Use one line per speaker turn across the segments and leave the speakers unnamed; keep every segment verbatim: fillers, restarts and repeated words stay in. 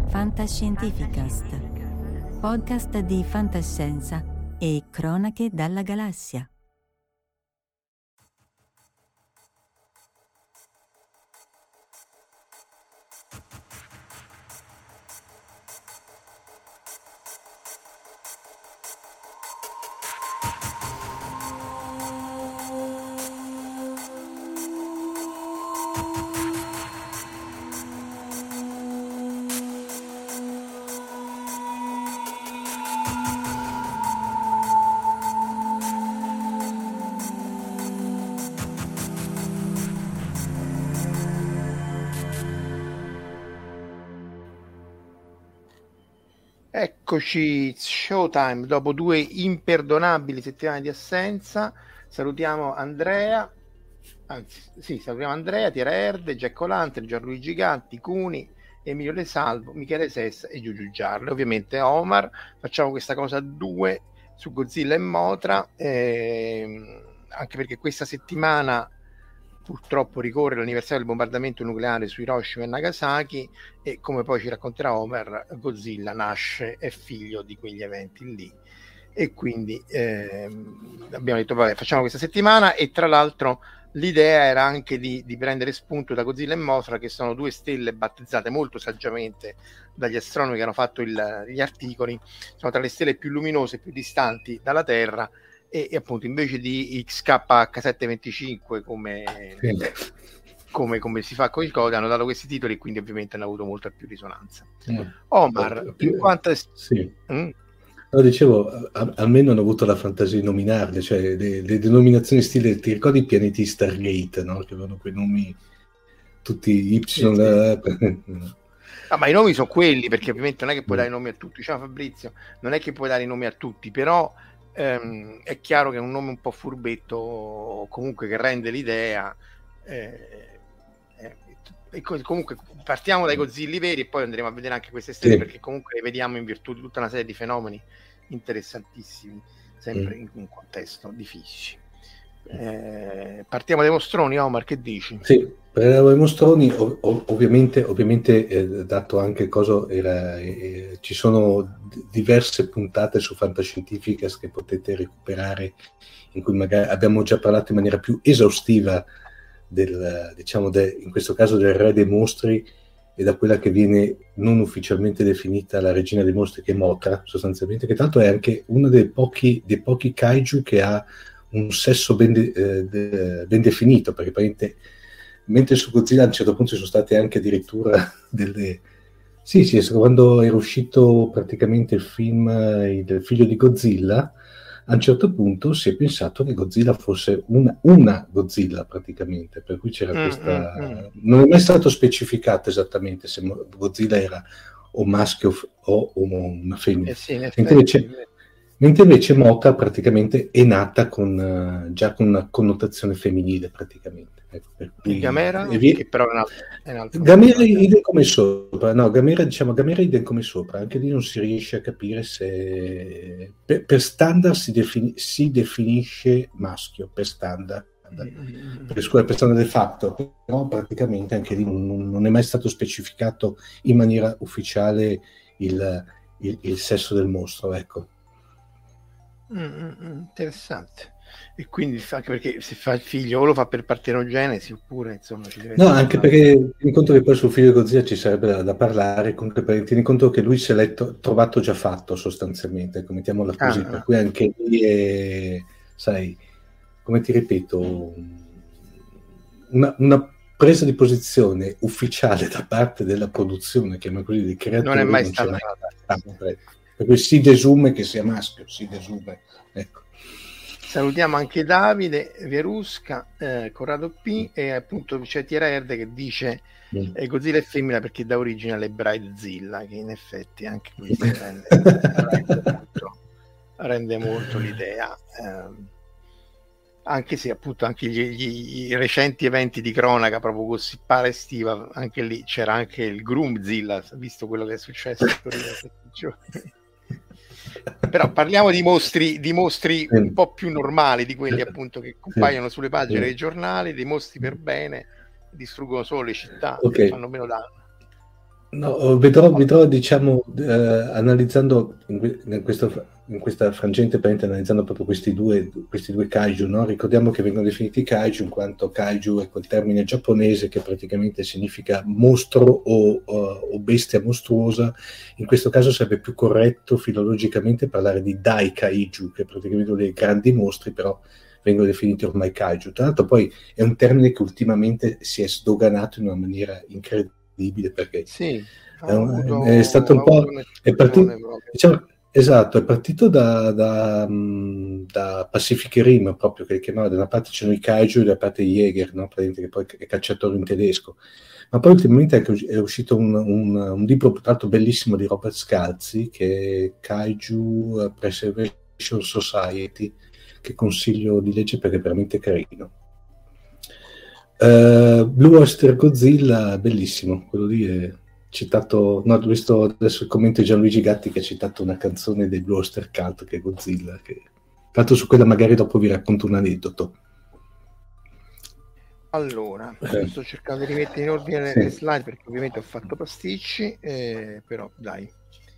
Fantascientificast, podcast di fantascienza e cronache dalla galassia.
Eccoci, Showtime, dopo due imperdonabili settimane di assenza. Salutiamo Andrea, anzi sì, salutiamo Andrea, Tiera Erde, Jack O'Lantern, Gianluigi Gatti, Cuni, Emilio De Salvo, Michele Sessa e Giugiu Giarlo. Ovviamente Omar. Facciamo questa cosa a due su Godzilla e Mothra, ehm, anche perché questa settimana purtroppo ricorre l'anniversario del bombardamento nucleare su Hiroshima e Nagasaki e, come poi ci racconterà Homer, Godzilla nasce, è figlio di quegli eventi lì, e quindi ehm, abbiamo detto vabbè, facciamo questa settimana. E tra l'altro l'idea era anche di, di prendere spunto da Godzilla e Mothra, che sono due stelle battezzate molto saggiamente dagli astronomi che hanno fatto il, gli articoli, sono tra le stelle più luminose e più distanti dalla Terra. E, e appunto invece di X K H settecentoventicinque come, sì. come, come si fa con il codice, hanno dato questi titoli e quindi ovviamente hanno avuto molta più risonanza. Mm. Omar,
più,
in quanto...
sì. mm? No, dicevo, a, almeno hanno avuto la fantasia di nominarle, cioè le, le denominazioni stile, ti ricordi i pianeti Stargate, no? Che avevano quei nomi tutti Y, sì, la...
sì. Ah, ma i nomi sono quelli, perché ovviamente non è che puoi mm. dare i nomi a tutti, ciao Fabrizio, non è che puoi dare i nomi a tutti, però Um, è chiaro che è un nome un po' furbetto, o comunque che rende l'idea, eh, eh, e co- comunque partiamo dai Godzilli veri e poi andremo a vedere anche queste stelle, sì. Perché comunque le vediamo in virtù di tutta una serie di fenomeni interessantissimi, sempre mm. in un contesto di fisici. Eh, partiamo dai mostroni, Omar, che dici?
Sì, per i mostroni ov- ov- ovviamente, ovviamente eh, dato anche cosa era, eh, ci sono d- diverse puntate su Fantascientificas che potete recuperare, in cui magari abbiamo già parlato in maniera più esaustiva del, diciamo, de, in questo caso del re dei mostri e da quella che viene non ufficialmente definita la regina dei mostri, che è Mothra, sostanzialmente, che tanto è anche uno dei pochi, dei pochi kaiju che ha un sesso ben, de, eh, de, ben definito, perché praticamente mentre su Godzilla a un certo punto ci sono state anche addirittura delle... Sì, sì, quando era uscito praticamente il film Il figlio di Godzilla, a un certo punto si è pensato che Godzilla fosse una, una Godzilla praticamente, per cui c'era mm, questa... Mm, mm. Non è mai stato specificato esattamente se Godzilla era o maschio o, o una femmina.
Eh sì, in
mentre, invece, mentre invece Mothra praticamente è nata con, uh, già con una connotazione femminile praticamente. Ecco, per cui,
il Gamera,
vi...
che però è un altro, è un altro
Gamera idem come sopra, no, Gamera diciamo Gamera idem come sopra, anche lì non si riesce a capire se per, per standard si, defini... si definisce maschio, per standard, mm-hmm. per, scuola, per standard de facto, però praticamente anche lì non, non è mai stato specificato in maniera ufficiale il, il, il sesso del mostro, ecco.
Mm-hmm. Interessante. E quindi anche perché se fa il figlio o lo fa per partenogenesi oppure insomma ci deve
no anche una... perché tieni conto che poi sul figlio di Godzilla ci sarebbe da, da parlare, comunque per, tieni conto che lui si è letto, trovato già fatto sostanzialmente, mettiamola così, ah, per ah. cui anche lì è, sai, come ti ripeto, una, una presa di posizione ufficiale da parte della produzione, chiama così, dei creatori,
non è mai
non
stata
fatta, per cui si desume che sia maschio, si desume, ecco.
Salutiamo anche Davide Verusca, eh, Corrado P, e appunto c'è Tiera Erde che dice mm. eh, Godzilla è femmina perché da origine alle Bridezilla, che in effetti anche questo rende, rende, molto, rende molto l'idea, eh, anche se appunto anche gli, gli, i recenti eventi di cronaca proprio gossipare estiva, anche lì c'era anche il Groomzilla, visto quello che è successo in questi giorni. Però parliamo di mostri, di mostri un po' più normali, di quelli appunto che compaiono sulle pagine dei giornali, dei mostri per bene, distruggono solo le città, okay. Fanno meno danno.
No, vedrò, vedrò diciamo, eh, analizzando in, in, questo, in questa frangente, analizzando proprio questi due, questi due kaiju, no? Ricordiamo che vengono definiti kaiju in quanto kaiju è quel termine giapponese che praticamente significa mostro o, o, o bestia mostruosa. In questo caso sarebbe più corretto filologicamente parlare di dai kaiju, che praticamente dei grandi mostri, però vengono definiti ormai kaiju. Tra l'altro poi è un termine che ultimamente si è sdoganato in una maniera incredibile, perché
sì,
è, un, è stato un po' è partito, diciamo, esatto, è partito da, da, da Pacific Rim, proprio che chiamava, da una parte c'erano i kaiju e da parte i Jäger, no? Che poi è cacciatore in tedesco, ma poi ultimamente è uscito un, un, un libro tra l'altro bellissimo di Robert Scalzi, che è Kaiju Preservation Society, che consiglio di leggere perché è veramente carino. Uh, Blue Oyster Godzilla, bellissimo, quello lì è citato, no, ho visto adesso il commento di Gianluigi Gatti che ha citato una canzone dei Blue Oyster Cult che è Godzilla, che tanto su quella magari dopo vi racconto un aneddoto.
Allora, eh. sto cercando di rimettere in ordine sì. le slide perché ovviamente ho fatto pasticci, eh, però dai.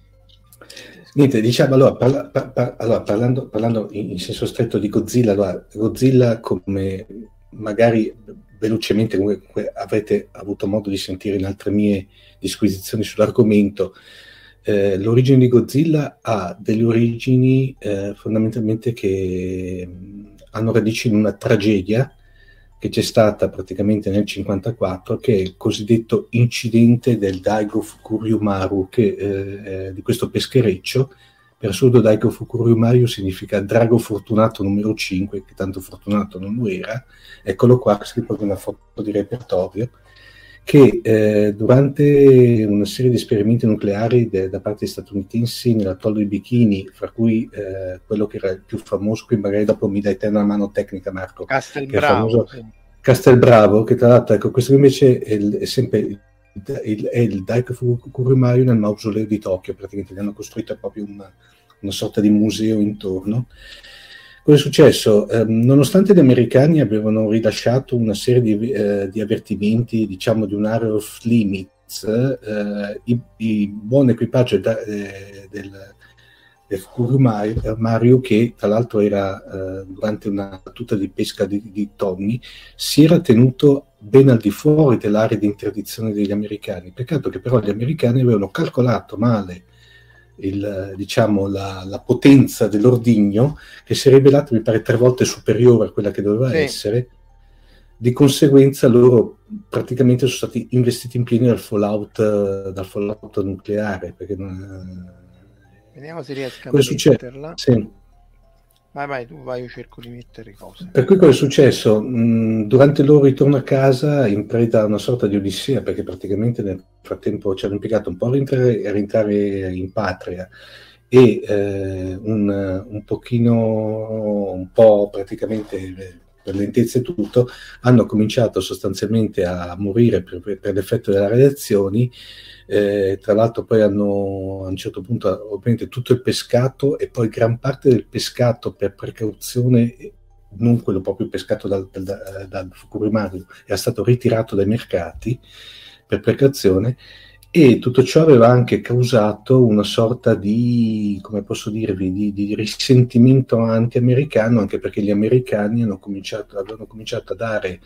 Niente, diciamo allora, parla, par, par, allora parlando, parlando in, in senso stretto di Godzilla, allora, Godzilla come magari velocemente comunque avrete avuto modo di sentire in altre mie disquisizioni sull'argomento, eh, l'origine di Godzilla ha delle origini eh, fondamentalmente che mh, hanno radici in una tragedia che c'è stata praticamente nel cinquantaquattro, che è il cosiddetto incidente del Daigo Fukuryumaru, che, eh, di questo peschereccio. Per assurdo Daigo Fukuryumaru significa drago fortunato numero cinque, che tanto fortunato non lo era. Eccolo qua, scritto con una foto di repertorio, che eh, durante una serie di esperimenti nucleari de- da parte statunitensi nell'atollo di Bikini, fra cui eh, quello che era il più famoso, qui magari dopo mi dai te una mano tecnica Marco,
Castelbravo,
che è famoso, Castelbravo, che tra l'altro, ecco, questo invece è, il, è sempre il, il, è il Daigo Fukuryumaru nel mausoleo di Tokyo, praticamente gli hanno costruito proprio una, una sorta di museo intorno. Cosa è successo? Eh, nonostante gli americani avevano rilasciato una serie di, eh, di avvertimenti, diciamo di un area of limits, eh, il, il buon equipaggio da, eh, del, del Fukuryumaru, che tra l'altro era eh, durante una battuta di pesca di, di tonni, si era tenuto ben al di fuori dell'area di interdizione degli americani. Peccato che però gli americani avevano calcolato male Il, diciamo, la, la potenza dell'ordigno, che si è rivelata mi pare tre volte superiore a quella che doveva sì. essere. Di conseguenza loro praticamente sono stati investiti in pieno dal fallout, dal fallout nucleare, perché non...
vediamo se riesco a
cosa
metterla.
Sì.
Vai vai, tu vai, io cerco di mettere cose.
Per cui cosa è successo? Mm, durante il loro ritorno a casa, in preda a una sorta di odissea, perché praticamente nel frattempo ci hanno impiegato un po' a rientrare, a rientrare in patria e eh, un, un pochino, un po' praticamente per lentezza e tutto, hanno cominciato sostanzialmente a morire per, per, per l'effetto delle radiazioni. Eh, tra l'altro poi hanno a un certo punto ovviamente tutto il pescato e poi gran parte del pescato per precauzione, non quello proprio pescato dal, dal, dal Fukuryumaru, era stato ritirato dai mercati per precauzione, e tutto ciò aveva anche causato una sorta di, come posso dirvi, di, di risentimento anti-americano, anche perché gli americani hanno cominciato, avevano cominciato a dare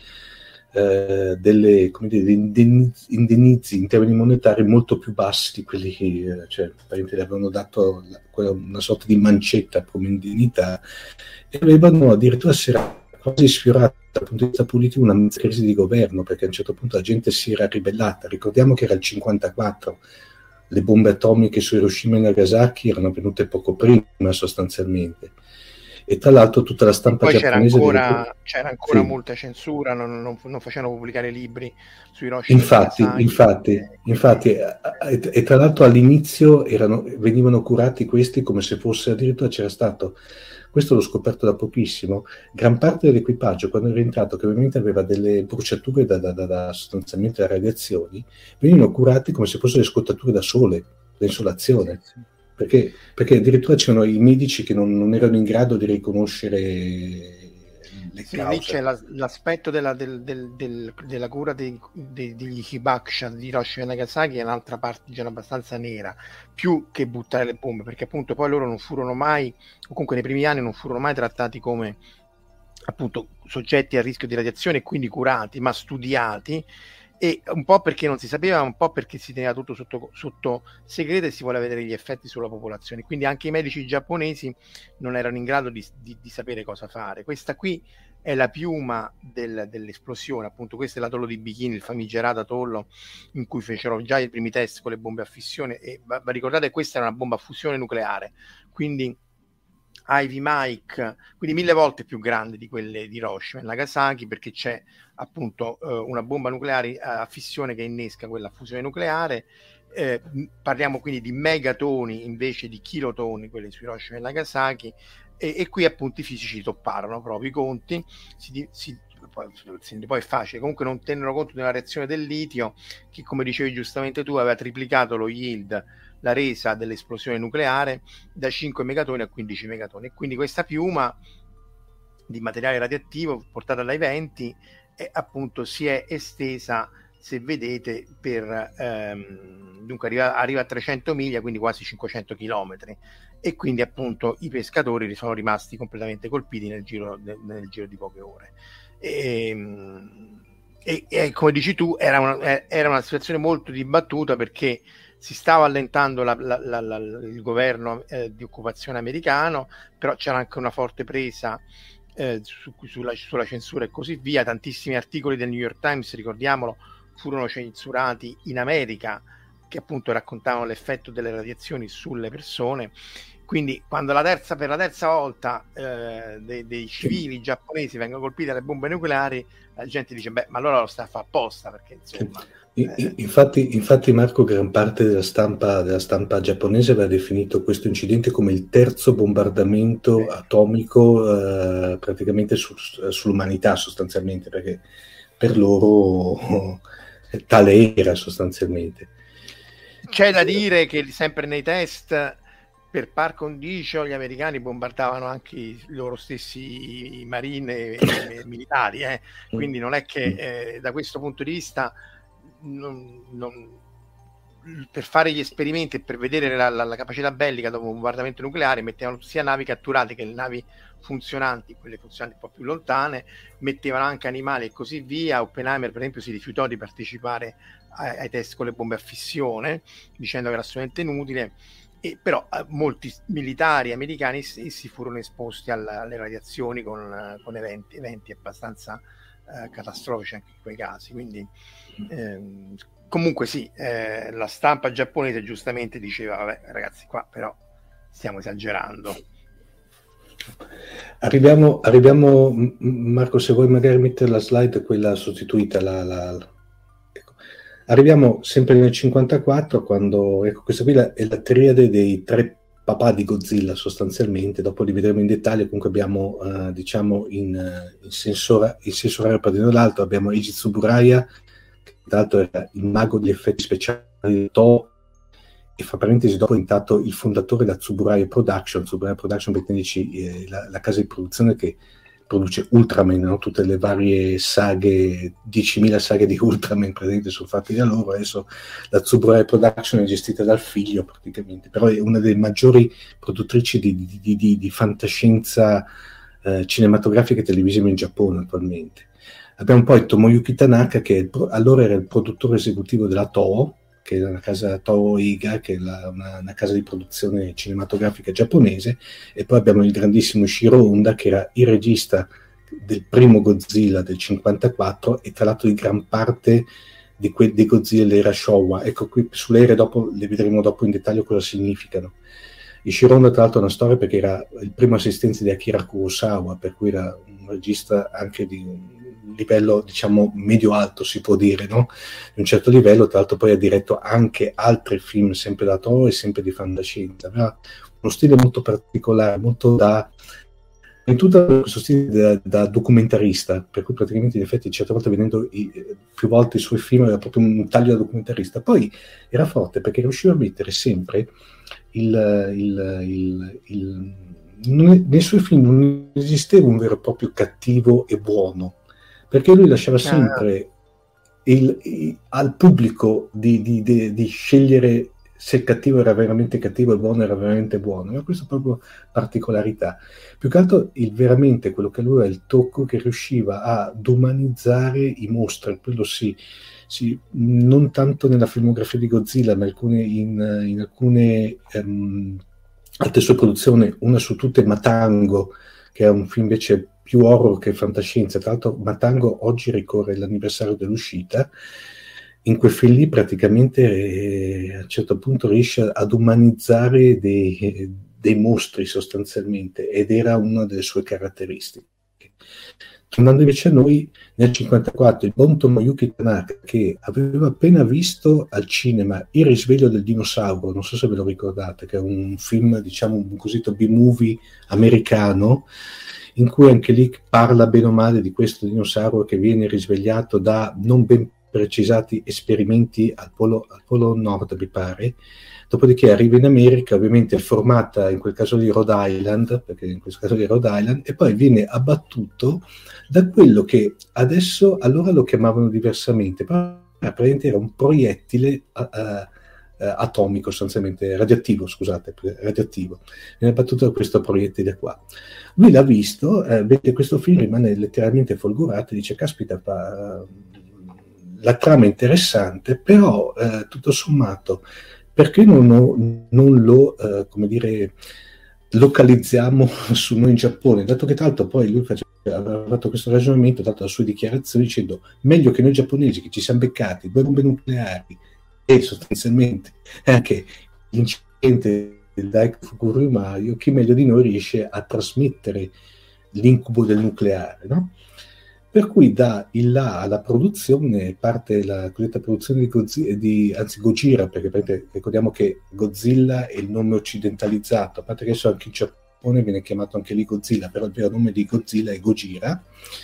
Eh, delle, come dire, indennizi, indennizi in termini monetari molto più bassi di quelli che eh, cioè, apparentemente avevano dato la, una sorta di mancetta come indennità, e avevano addirittura si era quasi sfiorato dal punto di vista politico una crisi di governo, perché a un certo punto la gente si era ribellata. Ricordiamo che era il cinquantaquattro, le bombe atomiche su Hiroshima e Nagasaki erano avvenute poco prima sostanzialmente. E tra l'altro tutta la stampa
poi
giapponese
c'era ancora, delle... c'era ancora
sì.
molta censura, non, non, non facevano pubblicare libri su Hiroshima.
Infatti, infatti, e, infatti e, e tra l'altro all'inizio erano, venivano curati questi come se fosse, addirittura c'era stato, questo l'ho scoperto da pochissimo, gran parte dell'equipaggio quando è rientrato, che ovviamente aveva delle bruciature da, da, da, da sostanzialmente da radiazioni, venivano curati come se fossero le scottature da sole, l'insolazione. Sì, sì. Perché, perché addirittura c'erano i medici che non, non erano in grado di riconoscere le
sì,
cause.
lì c'è la, l'aspetto della, del, del, del, della cura dei, dei, degli Hibakusha di Hiroshima e Nagasaki, è un'altra parte abbastanza nera, più che buttare le bombe, perché appunto poi loro non furono mai, o comunque nei primi anni non furono mai trattati come appunto soggetti a rischio di radiazione e quindi curati, ma studiati, e un po' perché non si sapeva, un po' perché si teneva tutto sotto, sotto segreto e si voleva vedere gli effetti sulla popolazione, quindi anche i medici giapponesi non erano in grado di, di, di sapere cosa fare. Questa qui è la piuma del, dell'esplosione, appunto questo è l'atollo di Bikini, il famigerato atollo in cui fecero già i primi test con le bombe a fissione, e va, va ricordate, questa era una bomba a fusione nucleare, quindi Ivy Mike, quindi mille volte più grande di quelle di Hiroshima e Nagasaki, perché c'è appunto eh, una bomba nucleare a fissione che innesca quella fusione nucleare. Eh, parliamo quindi di megatoni invece di kilotoni, quelle su Hiroshima e Nagasaki, e, e qui appunto i fisici topparono proprio i conti, si, si, poi, poi è facile, comunque non tennero conto della reazione del litio, che come dicevi giustamente tu aveva triplicato lo yield, la resa dell'esplosione nucleare, da cinque megatoni a quindici megatoni, e quindi questa piuma di materiale radioattivo portata dai venti e appunto si è estesa, se vedete, per ehm, dunque arriva, arriva a trecento miglia, quindi quasi cinquecento chilometri, e quindi appunto i pescatori sono rimasti completamente colpiti nel giro, nel, nel giro di poche ore. E, e, e come dici tu, era una, era una situazione molto dibattuta, perché si stava allentando la, la, la, la, il governo eh, di occupazione americano, però c'era anche una forte presa eh, su, sulla, sulla censura e così via. Tantissimi articoli del New York Times, ricordiamolo, furono censurati in America, che appunto raccontavano l'effetto delle radiazioni sulle persone. Quindi quando la terza, per la terza volta eh, dei, dei civili giapponesi vengono colpiti dalle bombe nucleari, la gente dice beh, ma allora lo sta a fare apposta, perché insomma
eh. infatti, infatti Marco, gran parte della stampa, della stampa giapponese aveva definito questo incidente come il terzo bombardamento eh. atomico eh, praticamente su, sull'umanità, sostanzialmente, perché per loro tale era sostanzialmente.
C'è da dire che sempre nei test per par condicio gli americani bombardavano anche i loro stessi marine e militari, eh. Quindi non è che eh, da questo punto di vista non, non, per fare gli esperimenti e per vedere la, la, la capacità bellica dopo un bombardamento nucleare mettevano sia navi catturate che le navi funzionanti, quelle funzionanti un po' più lontane, mettevano anche animali e così via. Oppenheimer per esempio si rifiutò di partecipare ai, ai test con le bombe a fissione, dicendo che era assolutamente inutile. E però eh, molti militari americani stessi furono esposti alla, alle radiazioni con, con eventi, eventi abbastanza eh, catastrofici anche in quei casi. Quindi ehm, comunque sì, eh, la stampa giapponese giustamente diceva vabbè ragazzi, qua però stiamo esagerando.
Arriviamo, arriviamo Marco, se vuoi magari mettere la slide, quella sostituita, la, la... Arriviamo sempre nel cinquantaquattro, quando, ecco, questa qui è la triade dei tre papà di Godzilla sostanzialmente, dopo li vedremo in dettaglio. Comunque abbiamo, uh, diciamo, in, uh, in sensore, il sensore aeroplano dall'alto, abbiamo Eiji Tsuburaya, che tra l'altro era il mago degli effetti speciali di Toho, e fra parentesi dopo è diventato il fondatore della Tsuburaya Production. Tsuburaya Production, per intenderci, eh, la, la casa di produzione che produce Ultraman, no? Tutte le varie saghe, diecimila saghe di Ultraman presenti sono fatte da loro. Adesso la Tsuburaya Production è gestita dal figlio praticamente, però è una delle maggiori produttrici di, di, di, di, di fantascienza eh, cinematografica e televisiva in Giappone attualmente. Abbiamo poi Tomoyuki Tanaka, che è, allora era il produttore esecutivo della Toho, che è una casa Toho Eiga, che è la, una, una casa di produzione cinematografica giapponese, e poi abbiamo il grandissimo Shiro Honda, che era il regista del primo Godzilla del cinquantaquattro e tra l'altro di gran parte di quei dei Godzilla dell'era Showa. Ecco, qui sulle ere dopo le vedremo dopo in dettaglio cosa significano. Il Shiro Honda tra l'altro è una storia perché era il primo assistente di Akira Kurosawa, per cui era un regista anche di un livello, diciamo, medio-alto, si può dire, no? Di un certo livello. Tra l'altro poi ha diretto anche altri film, sempre da Toho e sempre di fantascienza. Aveva uno stile molto particolare, molto da... in tutto questo stile da, da documentarista, per cui praticamente in effetti certe volte vedendo i, più volte i suoi film era proprio un taglio da documentarista. Poi era forte perché riusciva a mettere sempre il, il, il, il non, nei suoi film non esisteva un vero e proprio cattivo e buono, perché lui lasciava sempre il, il, al pubblico di, di, di, di scegliere se il cattivo era veramente cattivo e il buono era veramente buono. Ma questa proprio particolarità. Più che altro il, veramente quello che lui aveva il tocco, che riusciva ad umanizzare i mostri, quello sì, sì, non tanto nella filmografia di Godzilla, ma alcune, in, in alcune um, altre sue produzioni, una su tutte Matango, che è un film invece più horror che fantascienza. Tra l'altro Matango oggi ricorre l'anniversario dell'uscita. In quel film lì praticamente eh, a un certo punto riesce ad umanizzare dei, dei mostri sostanzialmente, ed era una delle sue caratteristiche. Tornando invece a noi, nel cinquantaquattro il buon Tomoyuki Tanaka, che aveva appena visto al cinema Il risveglio del dinosauro, non so se ve lo ricordate, che è un film, diciamo, un cosiddetto B-movie americano, in cui anche lì parla bene o male di questo dinosauro che viene risvegliato da non ben precisati esperimenti al polo, al polo nord, mi pare. Dopodiché arriva in America, ovviamente formata in quel caso di Rhode Island, perché in questo caso di Rhode Island, e poi viene abbattuto da quello che adesso, allora lo chiamavano diversamente, però praticamente era un proiettile uh, uh, atomico, sostanzialmente radioattivo, scusate, radioattivo. Viene abbattuto da questo proiettile qua. Lui l'ha visto, eh, vede questo film, rimane letteralmente folgorato e dice: caspita, pa, la trama è interessante, però eh, tutto sommato perché non, ho, non lo, eh, come dire, localizziamo su noi in Giappone, dato che tra l'altro poi lui faceva, aveva fatto questo ragionamento, dato la sua dichiarazione, dicendo: meglio che noi giapponesi, che ci siamo beccati due bombe nucleari e sostanzialmente anche l'incidente del Daiichi Fukushima, chi meglio di noi riesce a trasmettere l'incubo del nucleare, no? Per cui da il là alla produzione parte la cosiddetta produzione di, Godzilla, di anzi Gojira, perché ricordiamo che Godzilla è il nome occidentalizzato, a parte che adesso anche in Giappone viene chiamato anche lì Godzilla, però il vero nome di Godzilla è Gojira.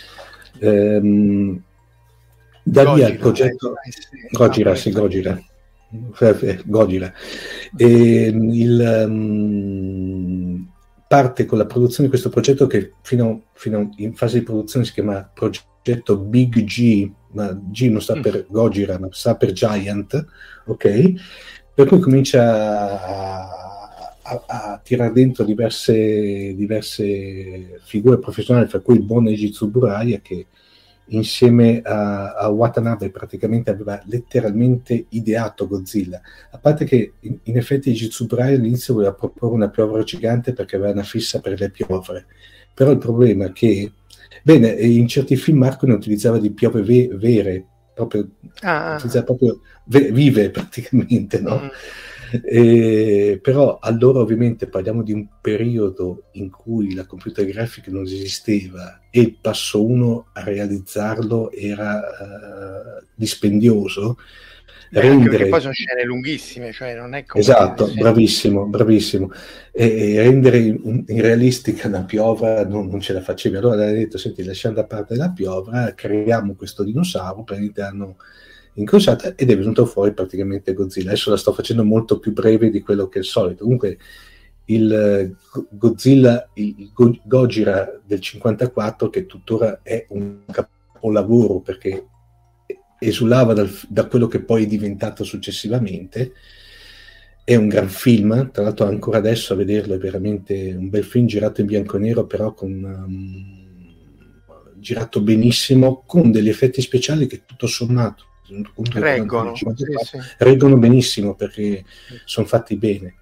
Ehm, da Gojira, lì al progetto eh, sì, Gojira, no, sì, Gojira. Gojira. E, il, um, parte con la produzione di questo progetto che fino, fino in fase di produzione si chiama progetto Big G, ma G non sta per Gojira, ma sta per Giant, ok? Per cui comincia a, a, a tirare dentro diverse, diverse figure professionali, fra cui il buon Eiji Tsuburaya, che insieme a, a Watanabe praticamente aveva letteralmente ideato Godzilla, a parte che in, in effetti Eiji Tsuburaya all'inizio voleva proporre una piovra gigante perché aveva una fissa per le piovre, però il problema è che, bene, in certi film Marco ne utilizzava di piove ve- vere, proprio, ah. utilizzava proprio ve- vive praticamente, no? Mm. E, però allora ovviamente parliamo di un periodo in cui la computer graphic non esisteva e il passo uno a realizzarlo era uh, dispendioso.
Beh, rendere... anche perché poi sono scene lunghissime, cioè non è come
esatto, scene... bravissimo, bravissimo e, e rendere in, in realistica una piovra non, non ce la facevi. Allora hai detto: senti, lasciamo da parte la piovra, creiamo questo dinosauro, per hanno incrociata, ed è venuto fuori praticamente Godzilla. Adesso la sto facendo molto più breve di quello che è il solito. Comunque il Godzilla, il Gojira del cinquantaquattro, che tuttora è un capolavoro perché esulava dal, da quello che poi è diventato successivamente, è un gran film. Tra l'altro ancora adesso a vederlo è veramente un bel film, girato in bianco e nero, però con um, girato benissimo, con degli effetti speciali che tutto sommato
reggono, sì, sì.
reggono benissimo perché sono fatti bene.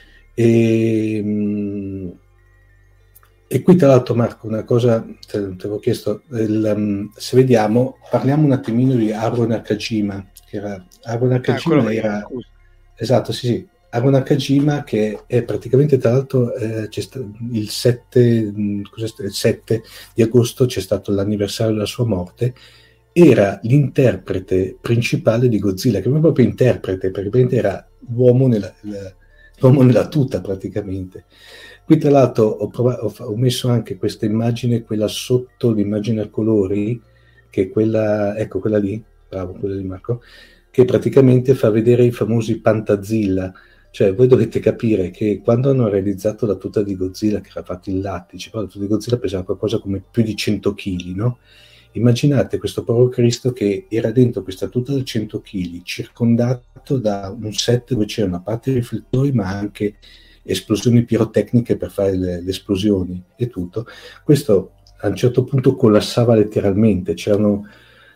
E, e qui tra l'altro, Marco, una cosa te, te avevo chiesto, il, um, se vediamo, parliamo un attimino di Haruo Nakajima, che era Haruo Nakajima ah, era mio, esatto, sì, sì, Haruo Nakajima, che è praticamente, tra l'altro eh, c'è sta, il, sette, il sette di agosto c'è stato l'anniversario della sua morte. Era l'interprete principale di Godzilla, che non è proprio interprete, perché era l'uomo nella, l'uomo nella tuta praticamente. Qui tra l'altro ho, provato, ho messo anche questa immagine, quella sotto l'immagine a colori, che è quella, ecco quella lì, bravo, quella di Marco, che praticamente fa vedere i famosi Pantazilla. Cioè, voi dovete capire che quando hanno realizzato la tuta di Godzilla, che era fatta in lattice, poi la tuta di Godzilla pesava qualcosa come più di cento chili, no? Immaginate questo povero Cristo che era dentro questa tuta da cento chili, circondato da un set dove c'erano a parte riflettori, ma anche esplosioni pirotecniche per fare le, le esplosioni e tutto. Questo a un certo punto collassava letteralmente. C'erano,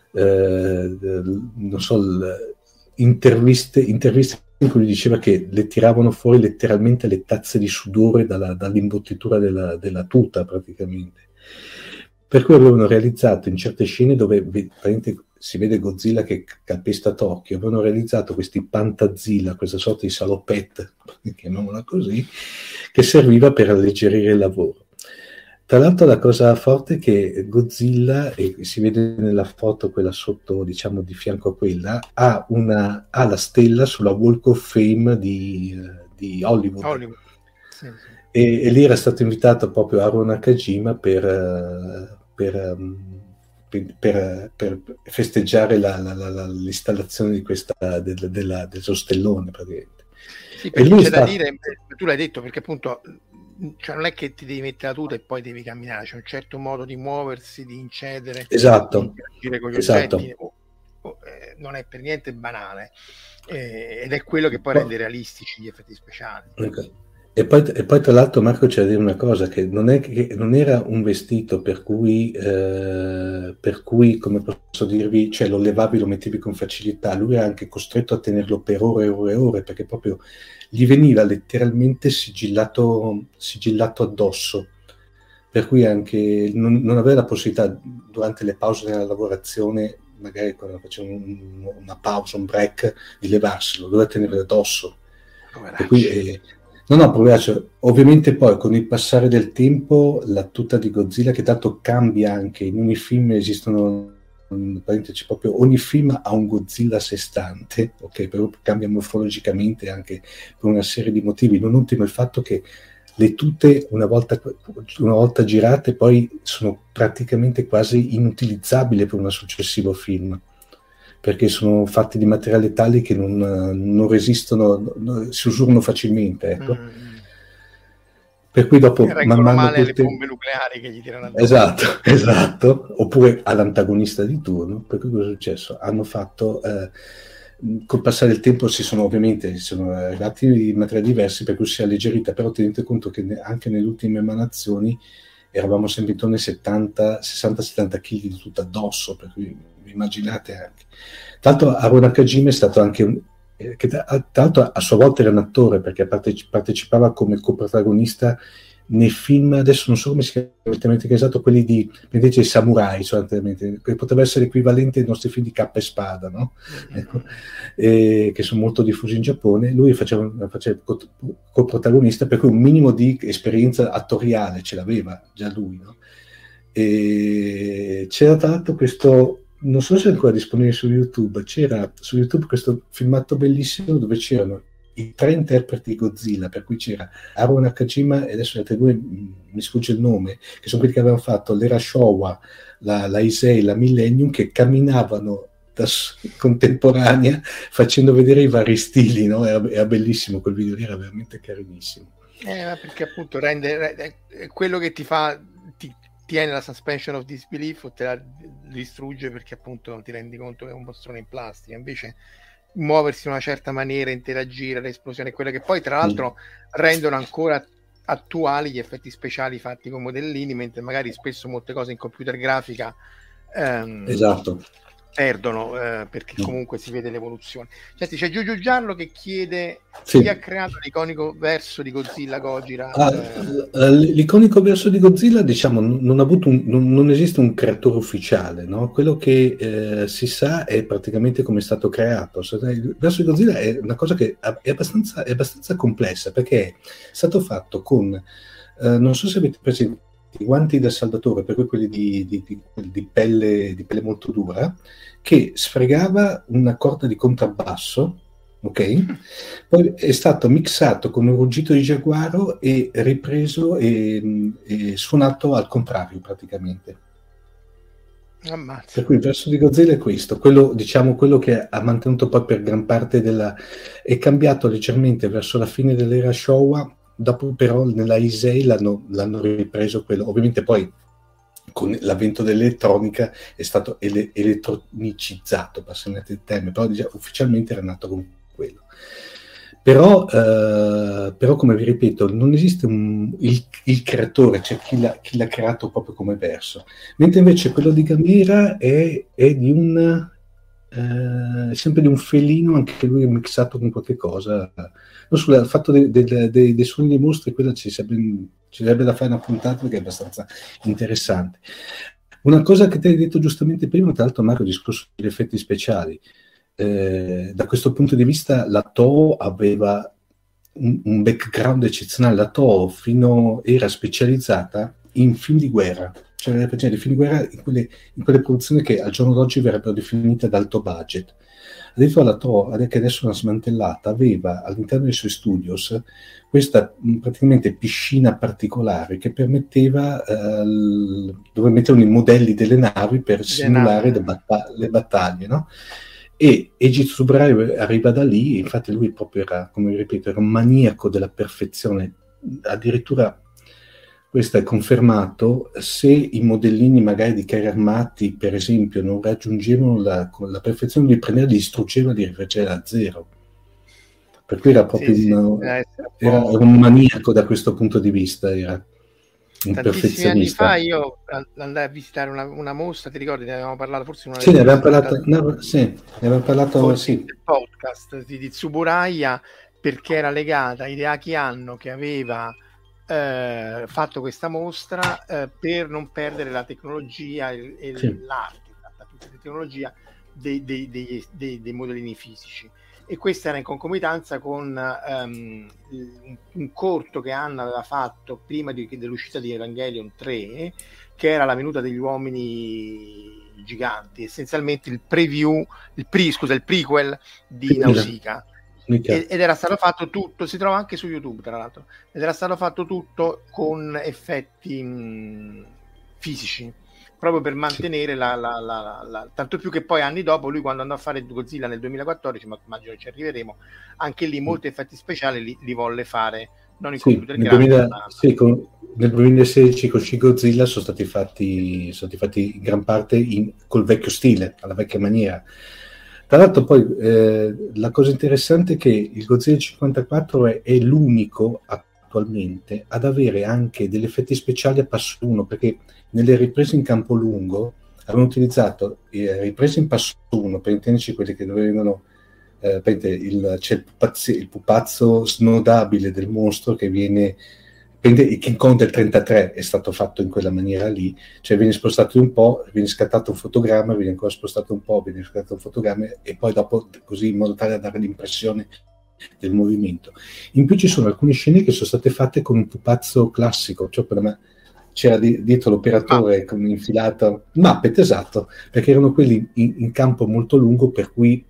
eh, non so, interviste, interviste in cui diceva che le tiravano fuori letteralmente le tazze di sudore dalla, dall'imbottitura della, della tuta, praticamente. Per cui avevano realizzato in certe scene dove si vede Godzilla che calpesta Tokyo, avevano realizzato questi Pantazilla, questa sorta di salopette, chiamiamola così, che serviva per alleggerire il lavoro. Tra l'altro la cosa forte è che Godzilla, e si vede nella foto quella sotto, diciamo di fianco a quella, ha, una, ha la stella sulla Walk of Fame di, di Hollywood. Hollywood. Sì, sì. E, e lì era stato invitato proprio Haruo Nakajima per, per, per, per, per festeggiare la, la, la, la, l'installazione di questa, del, della, del suo stellone praticamente.
Sì, perché c'è sta... da dire, tu l'hai detto, perché appunto cioè non è che ti devi mettere la tuta e poi devi camminare, c'è un certo modo di muoversi, di incedere,
esatto,
di interagire con gli
esatto.
oggetti, oh, oh, eh, non è per niente banale, eh, ed è quello che poi rende realistici gli effetti speciali.
Okay. E poi, e poi tra l'altro Marco c'è da dire una cosa, che non, è che non era un vestito per cui, eh, per cui, come posso dirvi, cioè lo levavi, lo mettevi con facilità, lui era anche costretto a tenerlo per ore e ore e ore, perché proprio gli veniva letteralmente sigillato, sigillato addosso, per cui anche non, non aveva la possibilità durante le pause nella lavorazione, magari quando faceva un, una pausa, un break, di levarselo, doveva tenerlo addosso. Per cui, eh, no, no, poveraccio. Ovviamente poi con il passare del tempo la tuta di Godzilla, che tanto cambia anche, in ogni film esistono, c'è proprio, ogni film ha un Godzilla a sé stante, ok, però cambia morfologicamente anche per una serie di motivi, non ultimo il fatto che le tute una volta, una volta girate poi sono praticamente quasi inutilizzabili per un successivo film, perché sono fatti di materiali tali che non, non resistono, non, si usurano facilmente, ecco. Mm. Per cui dopo
man mano male tutte... le bombe nucleari che gli tirano addosso.
Esatto, esatto, oppure all'antagonista di turno. Per cui cosa è successo? Hanno fatto, eh, col passare del tempo si sono ovviamente si sono arrivati materiali diversi, per cui si è alleggerita, però tenete conto che anche nelle ultime emanazioni eravamo sempre intorno ai settanta sessanta settanta chili di tutto addosso, per cui immaginate anche. Tra l'altro Haruo Nakajima è stato anche un, eh, che tra l'altro a sua volta era un attore, perché parteci- partecipava come coprotagonista nei film, adesso non so come si chiama esatto, quelli di vedete i samurai, che potrebbe essere equivalente ai nostri film di Cappa e Spada, no? Ecco, eh, che sono molto diffusi in Giappone. Lui faceva, faceva coprotagonista, per cui un minimo di esperienza attoriale ce l'aveva già lui, no? E c'era tra l'altro questo, non so se è ancora disponibile su YouTube, c'era su YouTube questo filmato bellissimo dove c'erano i tre interpreti di Godzilla, per cui c'era Haruo Nakajima e adesso le altre due mi sfugge il nome, che sono quelli che avevano fatto l'era Showa, la, la Heisei, la Millennium, che camminavano da contemporanea facendo vedere i vari stili, no? Era, era bellissimo quel video lì, era veramente carinissimo.
Eh, perché appunto rende, rende quello che ti fa, ti tiene la suspension of disbelief o te la distrugge, perché appunto non ti rendi conto che è un mostrone in plastica. Invece muoversi in una certa maniera, interagire, le esplosioni, quelle che poi tra l'altro rendono ancora attuali gli effetti speciali fatti con modellini, mentre magari spesso molte cose in computer grafica ehm,
esatto.
perdono, eh, perché comunque si vede l'evoluzione. Senti, c'è Giugiu Giallo che chiede
sì.
chi ha creato l'iconico verso di Godzilla Gojira.
Ah,
eh...
l'iconico verso di Godzilla, diciamo, non ha avuto un, non, non esiste un creatore ufficiale, no? Quello che eh, si sa è praticamente come è stato creato. Il verso di Godzilla è una cosa che è abbastanza, è abbastanza complessa, perché è stato fatto con eh, non so se avete presente i guanti da saldatore, per cui quelli di, di, di, di, pelle, di pelle molto dura, che sfregava una corda di contrabbasso, ok? Poi è stato mixato con un ruggito di giaguaro e ripreso e, e suonato al contrario praticamente.
Ammazza.
Per cui il verso di Godzilla è questo, quello, diciamo, quello che ha mantenuto poi per gran parte della... è cambiato leggermente verso la fine dell'era Showa, dopo però nella Heisei l'hanno, l'hanno ripreso quello, ovviamente poi con l'avvento dell'elettronica è stato ele- elettronicizzato, passate il termine, però diciamo, ufficialmente era nato con quello. Però, eh, però come vi ripeto, non esiste un, il, il creatore, cioè chi l'ha, chi l'ha creato proprio come verso, mentre invece quello di Gamera è, è di un eh, sempre di un felino, anche lui mixato con qualche cosa. Non so, il fatto dei, dei, dei, dei suoni dei mostri, quella ci sarebbe, ci sarebbe da fare una puntata perché è abbastanza interessante. Una cosa che ti hai detto giustamente prima, tra l'altro Marco, il discorso degli effetti speciali. Eh, da questo punto di vista la Toho aveva un, un background eccezionale. La Toho fino era specializzata in film di guerra, cioè di film di guerra in quelle, in quelle produzioni che al giorno d'oggi verrebbero definite ad alto budget. Addirittura la Toho, che adesso è una smantellata, aveva all'interno dei suoi studios questa praticamente piscina particolare che permetteva eh, dove mettevano i modelli delle navi per simulare le, batta- le battaglie, no? E Eiji Tsuburaya arriva da lì, infatti lui proprio era, come ripeto, era un maniaco della perfezione, addirittura questo è confermato, se i modellini magari di carri armati, per esempio, non raggiungevano la, la perfezione, li prendeva, li distruggeva, li rifaceva da zero. Per cui era proprio sì, un, sì, era un maniaco da questo punto di vista, era un
tantissimi anni fa io andai a visitare una, una mostra, ti ricordi, ne avevamo parlato forse in una
sì, ne abbiamo parlato, no, sì, ne abbiamo parlato sì.
Nel podcast di, di Tsuburaya, perché era legata a Hideaki Anno che aveva eh, fatto questa mostra eh, per non perdere la tecnologia e, e sì. l'arte, la tecnologia dei, dei, dei, dei, dei modellini fisici. E questa era in concomitanza con um, un, un corto che Anna aveva fatto prima di, dell'uscita di Evangelion tre, che era la venuta degli uomini giganti, essenzialmente il preview, il pre, scusa, il prequel di Nausicaa. Ed, ed era stato fatto tutto, si trova anche su YouTube tra l'altro, ed era stato fatto tutto con effetti mh, fisici, proprio per mantenere sì. la, la, la, la, la tanto più che poi anni dopo lui quando andò a fare Godzilla nel duemilaquattordici, ma immagino che ci arriveremo, anche lì molti effetti speciali li, li volle fare non in
sì,
computer
nel,
grandi,
duemila,
ma...
sì, con, nel duemilasedici con Shin Godzilla sono stati fatti sono stati fatti in gran parte in, col vecchio stile, alla vecchia maniera. Tra l'altro poi eh, la cosa interessante è che il Godzilla cinquantaquattro è, è l'unico attualmente ad avere anche degli effetti speciali a passo uno, perché nelle riprese in campo lungo avevano utilizzato eh, riprese in passo uno, per intenderci quelle che dovevano eh, il, c'è il pupazzo, il pupazzo snodabile del mostro che viene il King Kong del trentatré è stato fatto in quella maniera lì, cioè viene spostato un po', viene scattato un fotogramma, viene ancora spostato un po', viene scattato un fotogramma e poi dopo così in modo tale da dare l'impressione del movimento. In più ci sono alcune scene che sono state fatte con un pupazzo classico, cioè per me c'era di, dietro l'operatore con infilato Muppet, esatto, perché erano quelli in, in campo molto lungo, per cui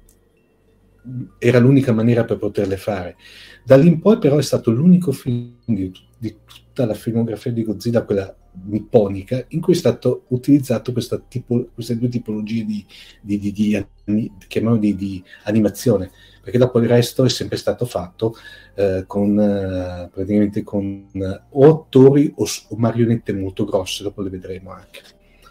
era l'unica maniera per poterle fare. Da lì in poi però è stato l'unico film di, di tutta la filmografia di Godzilla, quella nipponica, in cui è stato utilizzato questa tipo, queste due tipologie di, di, di, di, di, chiamiamolo di, di animazione, perché dopo il resto è sempre stato fatto eh, con eh, praticamente con eh, o attori o, o marionette molto grosse, dopo le vedremo anche.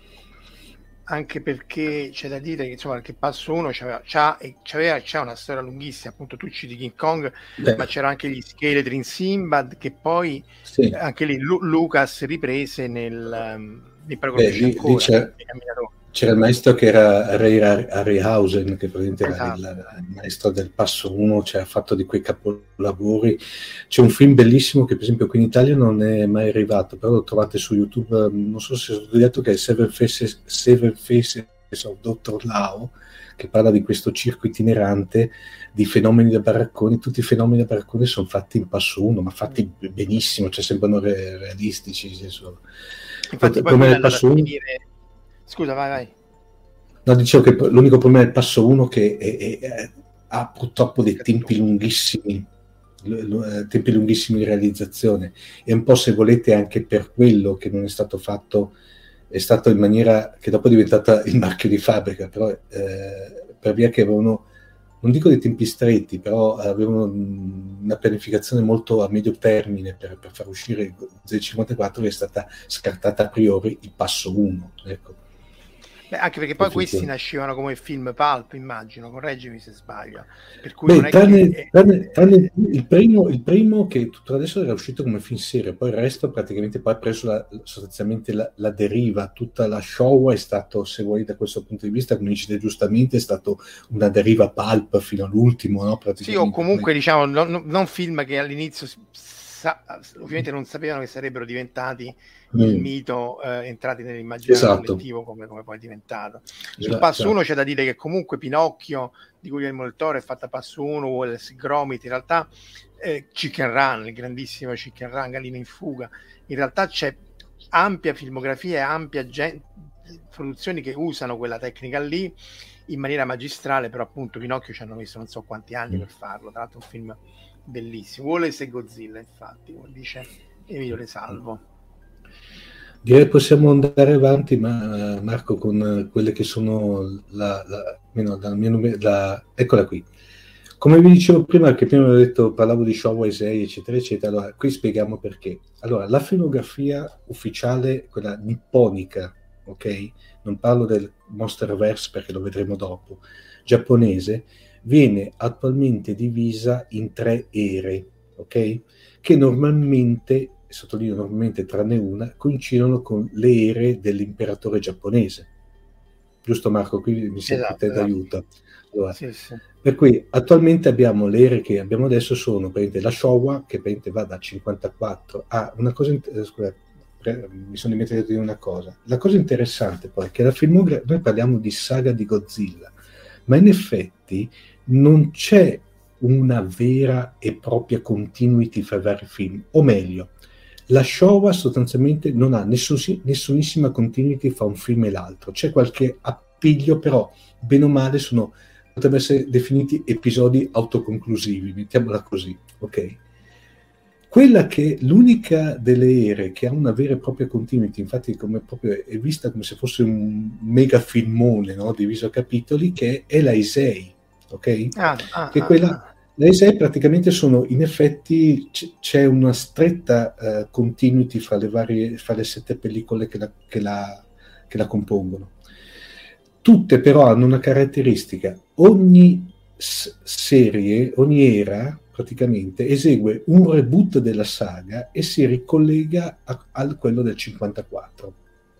Anche perché c'è da dire che insomma che Passo uno c'aveva, c'ha, c'aveva, c'ha una storia lunghissima, appunto tu citi King Kong, Beh. ma c'era anche gli scheletri in Sinbad che poi sì. anche lì Lu- Lucas riprese nel um, mi pare
Beh, lì, lì c'era, c'era il maestro che era Ray Harryhausen, che praticamente esatto. era il, il maestro del Passo uno, cioè ha fatto di quei capolavori. C'è un film bellissimo che per esempio qui in Italia non è mai arrivato, però lo trovate su YouTube, non so se ho studiato, che è Seven Faces, Seven Faces of doctor Lao, che parla di questo circo itinerante di fenomeni da baracconi. Tutti i fenomeni da baracconi sono fatti in Passo uno, ma fatti benissimo, cioè sembrano re- realistici.
Infatti poi è andato a finire... Scusa, vai, vai.
No, dicevo che l'unico problema del Passo uno che è, è, è, ha purtroppo dei tempi lunghissimi, l- l- tempi lunghissimi di realizzazione, e un po', se volete, anche per quello che non è stato fatto è stato in maniera che dopo è diventata il marchio di fabbrica, però eh, per via che avevano, non dico dei tempi stretti, però avevano una pianificazione molto a medio termine per, per far uscire Z cinquantaquattro, che è stata scartata a priori il passo uno, ecco.
Beh, anche perché poi questi nascevano come film pulp, immagino, correggimi se sbaglio. Per cui
Beh,
non è
tranne,
che...
tranne, tranne il, primo, il primo che tutto adesso era uscito come film serie, poi il resto praticamente poi ha preso la, sostanzialmente la, la deriva. Tutta la Showa è stato, se vuoi da questo punto di vista, come dicete giustamente, è stato una deriva pulp fino all'ultimo, no?
Sì, o comunque diciamo non, non film che all'inizio sa, ovviamente non sapevano che sarebbero diventati il mm. mito, eh, entrati nell'immaginario esatto. collettivo come, come poi è diventato. Sul esatto, passo uno esatto. c'è da dire che comunque Pinocchio di Guillermo del Toro è fatta passo uno, Wallace Gromit, in realtà eh, Chicken Run, il grandissimo Chicken Run, Gallina in fuga, in realtà c'è ampia filmografia e ampia gen- produzioni che usano quella tecnica lì in maniera magistrale, però appunto Pinocchio ci hanno messo non so quanti anni mm. per farlo, tra l'altro un film bellissimo. Wallace e Godzilla, infatti, come dice Emilio De Salvo.
Direi possiamo andare avanti, ma Marco, con quelle che sono la, la, meno, la mia numero, la, eccola qui. Come vi dicevo prima, che prima avevo detto, parlavo di Showa Issei, eccetera, eccetera, allora qui spieghiamo perché. Allora, la filmografia ufficiale, quella nipponica, ok? Non parlo del Monsterverse perché lo vedremo dopo, giapponese, viene attualmente divisa in tre ere, ok? Che normalmente, sottolineo normalmente tranne una, coincidono con le ere dell'imperatore giapponese. Giusto Marco? Qui mi sento esatto, te esatto. d'aiuto. Allora, sì, sì. Per cui attualmente abbiamo le ere che abbiamo adesso sono per la Showa, che per va da cinquantaquattro a una cosa, eh, scusa, mi sono dimenticato di dire una cosa. La cosa interessante poi è che la filmografia, noi parliamo di saga di Godzilla, ma in effetti non c'è una vera e propria continuity fra i vari film, o meglio, la Showa sostanzialmente non ha nessun, nessunissima continuity fra un film e l'altro, c'è qualche appiglio, però bene o male sono, potrebbero essere definiti episodi autoconclusivi, mettiamola così, ok? Quella che l'unica delle ere che ha una vera e propria continuity, infatti come proprio è vista come se fosse un mega filmone, no? Diviso a capitoli, che è la Issei, ok? Ah, ah, che quella, ah. La Issei praticamente sono, in effetti c- c'è una stretta uh, continuity fra le varie, fra le sette pellicole che la, che la, che la compongono. Tutte però hanno una caratteristica: ogni s- serie, ogni era praticamente esegue un reboot della saga e si ricollega a, a quello del cinquantaquattro.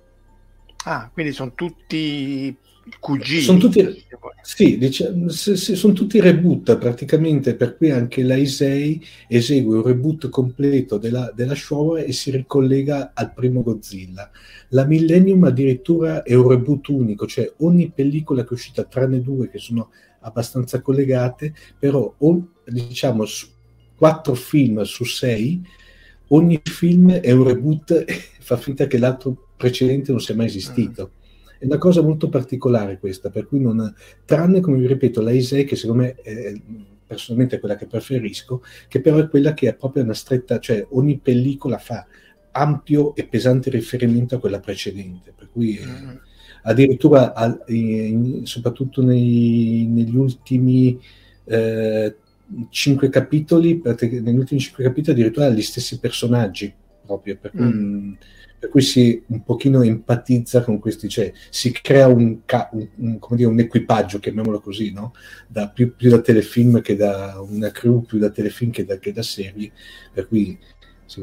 Ah, quindi sono tutti cugini.
Sono tutti, sì, diciamo, sì, sì, sono tutti reboot praticamente, per cui anche la Issei esegue un reboot completo della, della Showa e si ricollega al primo Godzilla. La Millennium addirittura è un reboot unico, cioè ogni pellicola che è uscita, tranne due che sono abbastanza collegate, però o, diciamo quattro film su sei, ogni film è un reboot e fa finta che l'altro precedente non sia mai esistito. È una cosa molto particolare questa, per cui non, tranne, come vi ripeto, la Issei, che secondo me è, personalmente è quella che preferisco, che però è quella che ha proprio una stretta, cioè ogni pellicola fa ampio e pesante riferimento a quella precedente, per cui mm. addirittura al, in, soprattutto nei, negli ultimi eh, cinque capitoli, negli ultimi cinque capitoli addirittura gli stessi personaggi proprio, per cui, mm. per cui si un pochino empatizza con questi, cioè si crea un, un, un, come dire, un equipaggio, chiamiamolo così, no? Da, più, più da telefilm che da una crew, più da telefilm che da, che da serie, per cui sì,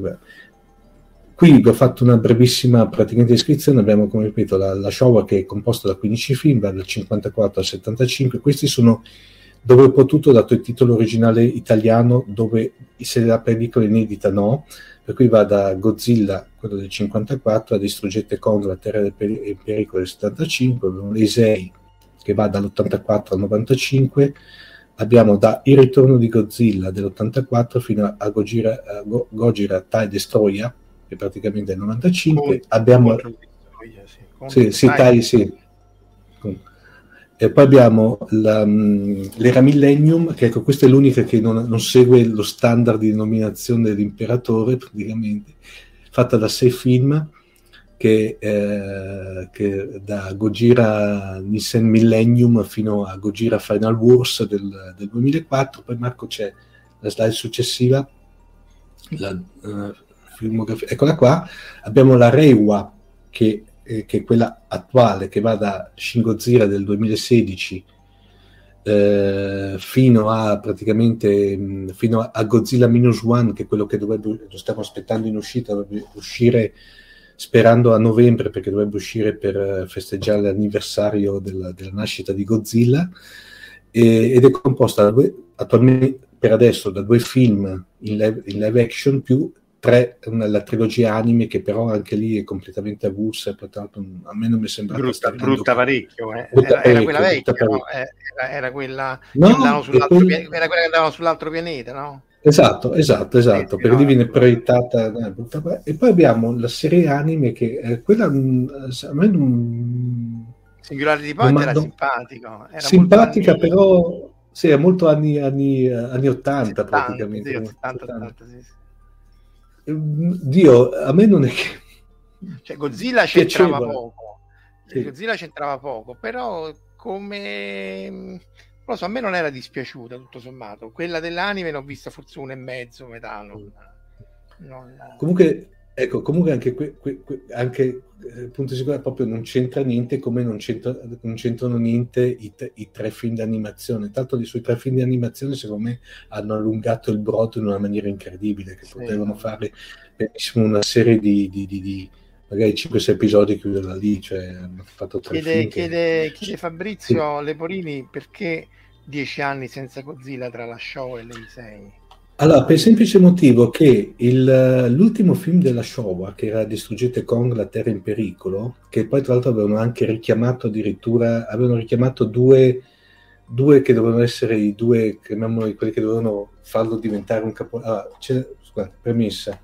qui vi ho fatto una brevissima praticamente descrizione. Abbiamo, come ripeto, la, la Showa, che è composta da quindici film, va dal cinquantaquattro al settantacinque. Questi sono dove ho potuto, dato il titolo originale italiano, dove se la pellicola inedita no, per cui va da Godzilla, quello del cinquantaquattro, a Distruggete Condor, la terra del per- pericolo del settantacinque, l'Issei che va dall'ottantaquattro al novantacinque, abbiamo da Il ritorno di Godzilla dell'ottantaquattro fino a Gojira, a Go- Gojira Tai Destroya, che praticamente è il novantacinque, con, abbiamo con sì, sì, Tai, sì. E poi abbiamo la, l'era Millennium, che ecco, questa è l'unica che non, non segue lo standard di denominazione dell'imperatore, praticamente, fatta da sei film, che, eh, che da Gojira Nissan Millennium fino a Gojira Final Wars del, del duemilaquattro. Poi Marco c'è la slide successiva, la uh, filmografia, eccola qua. Abbiamo la Reiwa che, eh, che è quella attuale, che va da Shin Godzilla del duemilasedici eh, fino a praticamente mh, fino a Godzilla Minus One, che è quello che dovrebbe, lo stiamo aspettando in uscita, dovrebbe uscire sperando a novembre, perché dovrebbe uscire per festeggiare l'anniversario della, della nascita di Godzilla, e, ed è composta da due, attualmente per adesso da due film in live, in live action più tre, una, la trilogia anime, che però anche lì è completamente avulsa, pertanto a me non mi sembra
brutta, brutta parecchio, eh.
brutta
era,
parecchio,
era quella vecchia,
brutta
no? era, era quella
no,
che andavano sull'altro
poi...
pianeta, era quella che andavano sull'altro pianeta, no?
Esatto, esatto, esatto,
sì,
perché
no,
lì viene
no,
proiettata no, e poi abbiamo la serie anime che eh, quella a me non
Singularity Point
non
era
non,
simpatico, era
simpatica,
molto anni,
però sì, è molto anni anni anni ottanta praticamente.
Sì, settanta, ottanta, sì, sì.
Dio, a me non è che
cioè Godzilla c'entrava poco, sì. Godzilla c'entrava poco, però come non lo so, a me non era dispiaciuta tutto sommato. Quella dell'anime l'ho vista forse uno e mezzo, metà. Non, non...
Comunque, ecco, comunque anche, que, que, que, anche eh, punto sicuro proprio non c'entra niente, come non, c'entra, non c'entrano niente i, i tre film di animazione. Tanto i suoi tre film di animazione, secondo me, hanno allungato il brodo in una maniera incredibile, che sì, potevano no. fare benissimo una serie di, di, di, di magari cinque sei episodi, chiuderla lì, cioè hanno fatto tre
chiede,
film
chiede,
che...
chiede Fabrizio
sì.
Leporini perché dieci anni senza Godzilla tra la Showa e l'Ei sei.
Allora, per il semplice motivo che il, l'ultimo film della Showa, che era Distruggete Kong, la Terra in pericolo, che poi tra l'altro avevano anche richiamato addirittura, avevano richiamato due, due che dovevano essere i due, chiamiamoli quelli che dovevano farlo diventare un capo... Allora, c'è, scusate, premessa,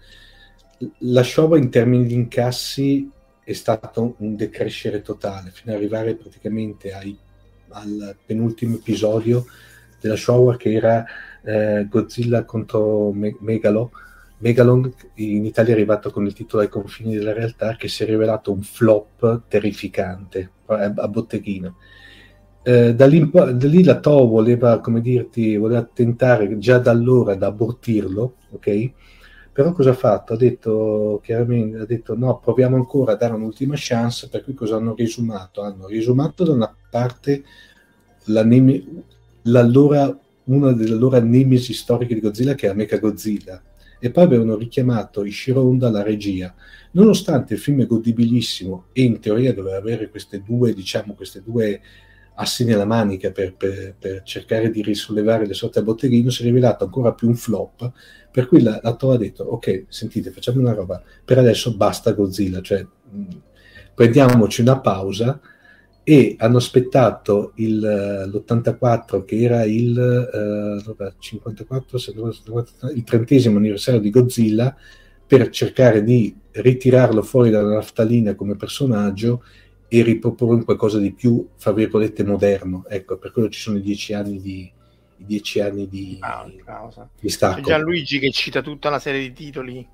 la Showa in termini di incassi è stato un decrescere totale, fino ad arrivare praticamente ai, al penultimo episodio della Showa, che era eh, Godzilla contro Me- Megalo, Megalon, in Italia è arrivato con il titolo Ai confini della realtà, che si è rivelato un flop terrificante a, a botteghino. Eh, da, lì, da lì la Toho voleva, come dirti, voleva tentare già da allora da abortirlo, ok? Però cosa ha fatto? Ha detto chiaramente, ha detto no, proviamo ancora a dare un'ultima chance, per cui cosa hanno risumato? Hanno risumato da una parte la neme, l'allora, una delle allora nemesi storiche di Godzilla, che era Mechagodzilla, e poi avevano richiamato Ishiro Honda alla regia. Nonostante il film è godibilissimo e in teoria doveva avere queste due, diciamo, queste due assi nella manica per, per, per cercare di risollevare le sorti a botteghino, si è rivelato ancora più un flop, per cui la, la Toho ha detto ok, sentite, facciamo una roba, per adesso basta Godzilla, cioè mh, prendiamoci una pausa, e hanno aspettato il, l'ottantaquattro, che era il uh, cinquantaquattro, il trentesimo anniversario di Godzilla, per cercare di ritirarlo fuori dalla naftalina come personaggio e riproporre un qualcosa di più, fra virgolette, moderno. Ecco, per quello ci sono i dieci anni di i dieci anni di,
ah, pausa.
di stacco.
C'è Gianluigi che cita tutta una serie di titoli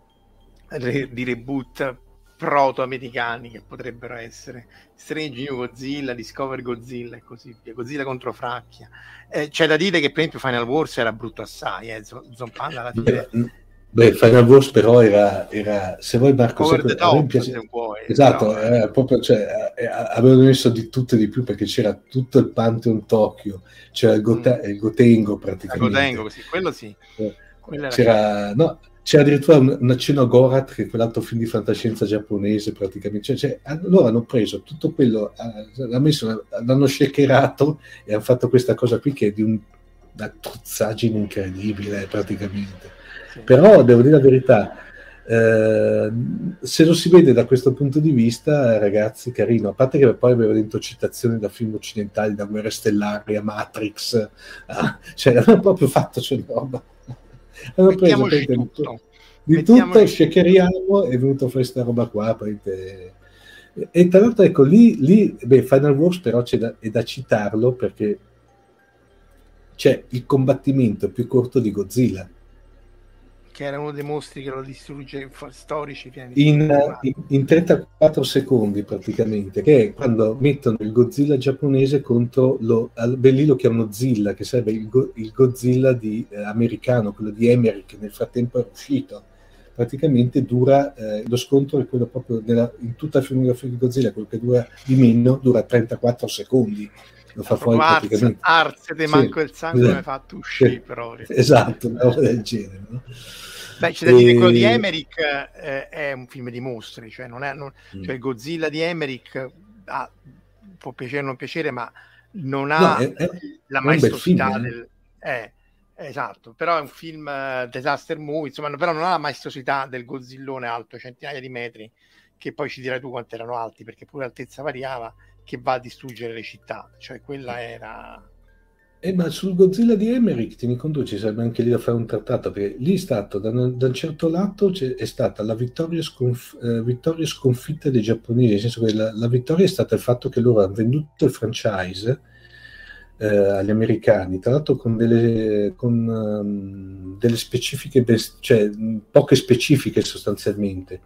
di reboot proto-americani che potrebbero essere Strange New Godzilla, Discover Godzilla e così via, Godzilla contro Fracchia. Eh, c'è da dire che per esempio Final Wars era brutto assai, eh. Zompanda alla fine.
Beh, beh, Final Wars però era, era se vuoi Marco,
over the top,
piace...
se vuoi,
esatto,
però,
eh, proprio, cioè, eh, avevano messo di tutto e di più, perché c'era tutto il Pantheon Tokyo, c'era il, Gota- mm. il Gotengo praticamente.
Il Gotengo, sì, quello sì.
Eh,
quello
c'era, no, c'era addirittura un, un accenno a Gorat, che è quell'altro film di fantascienza giapponese praticamente, cioè, cioè, loro hanno preso tutto quello, eh, l'hanno, messo, l'hanno shakerato e hanno fatto questa cosa qui che è di un, una truzzaggine incredibile praticamente. Sì. Però devo dire la verità, eh, se lo si vede da questo punto di vista, ragazzi, carino, a parte che poi aveva dentro citazioni da film occidentali, da Guerre Stellari a Matrix, ah, cioè hanno proprio fatto cioè, roba. Hanno preso di tutto, di tutto, shakeriamo, è venuto fuori questa roba qua. E, e tra l'altro, ecco, lì, lì beh, Final Wars però c'è da, è da citarlo, perché c'è il combattimento più corto di Godzilla.
che era uno dei mostri che lo distrugge, storici
in, in, in trentaquattro secondi praticamente, che è quando mettono il Godzilla giapponese contro lo, beh, lì lo chiamano Zilla, che sarebbe il, go, il Godzilla di, eh, americano, quello di Emmerich, che nel frattempo è uscito. Praticamente dura, eh, lo scontro è quello proprio nella, in tutta la filmografia di Godzilla, quello che dura di meno, dura trentaquattro secondi. Lo fa fuori
arz,
praticamente.
Arze, te
sì,
manco il sangue
esatto.
mi ha fatto uscire
sì,
proprio.
Esatto, una roba del genere, no?
Beh, c'è da e... dire che quello di Emmerich eh, è un film di mostri, cioè, non è, non, mm. cioè il Godzilla di Emmerich ah, può piacere o non piacere, ma non ha
no, è, è,
la maestosità film, del... Eh, esatto, però è un film uh, disaster movie, insomma, però non ha la maestosità del Godzillone alto centinaia di metri, che poi ci dirai tu quanto erano alti, perché pure l'altezza variava, che va a distruggere le città, cioè quella era...
Eh, ma sul Godzilla di Emmerich, tieni conto, ci sarebbe anche lì da fare un trattato, perché lì è stato, da, da un certo lato è stata la vittoria, sconf, eh, vittoria sconfitta dei giapponesi, nel senso che la, la vittoria è stata il fatto che loro hanno venduto il franchise eh, agli americani, tra l'altro con delle, con, um, delle specifiche, cioè poche specifiche sostanzialmente.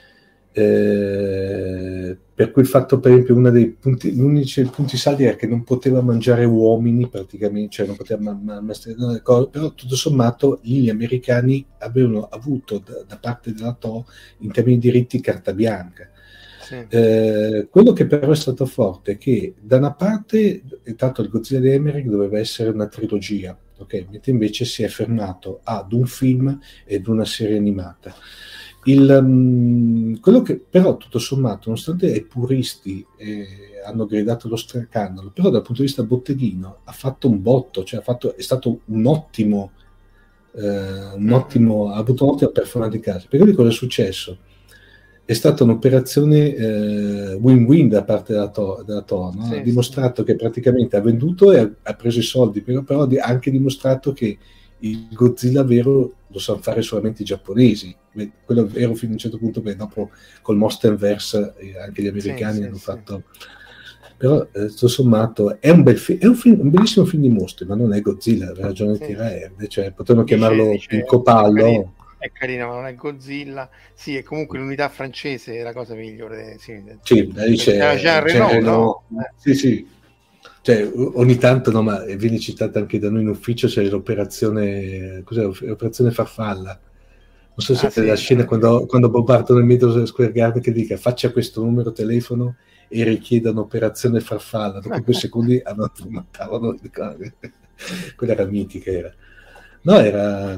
Eh, per cui il fatto, per esempio, uno dei punti, gli unici punti saldi era che non poteva mangiare uomini praticamente, cioè non poteva ma, ma, ma, però tutto sommato gli americani avevano avuto da, da parte della Toho in termini di diritti carta bianca. Sì. Eh, quello che però è stato forte è che da una parte tanto il Godzilla di Emmerich doveva essere una trilogia, ok, mentre invece si è fermato ad un film ed una serie animata. Il, um, quello che però tutto sommato, nonostante i puristi eh, hanno gridato lo scandalo, però dal punto di vista botteghino ha fatto un botto, cioè ha fatto, è stato un ottimo eh, un ottimo, ha avuto un'ottima performance di casa. Perché cosa è successo? È stata un'operazione eh, win-win da parte della Toho, della Toho, no? Sì, ha dimostrato sì. che praticamente ha venduto e ha, ha preso i soldi, però, però ha anche dimostrato che il Godzilla vero lo sanno fare solamente i giapponesi, quello vero fino a un certo punto, beh, dopo col Monsterverse eh, anche gli americani sì, hanno sì, fatto sì. Però eh, tutto sommato è un bel film, è un, film, un bellissimo film di mostri, ma non è Godzilla, aveva ragione sì. Tirare, cioè potevano dice, chiamarlo dice, Pinco Pallo.
È carino, è carino, ma non è Godzilla. Sì, è comunque l'unità francese è la cosa migliore. Sì,
sì dice Jean Reno, no? Eh. Sì, sì. Cioè, ogni tanto, no, ma viene citata anche da noi in ufficio, c'è l'operazione, cos'è, l'operazione Farfalla. Non so se ah, è sì, la scena quando, quando bombardano il Madison Square Garden che dica faccia questo numero telefono e richieda un'operazione Farfalla. Dopo due secondi ammattavano le cose. Quella era mitica, era. No, era...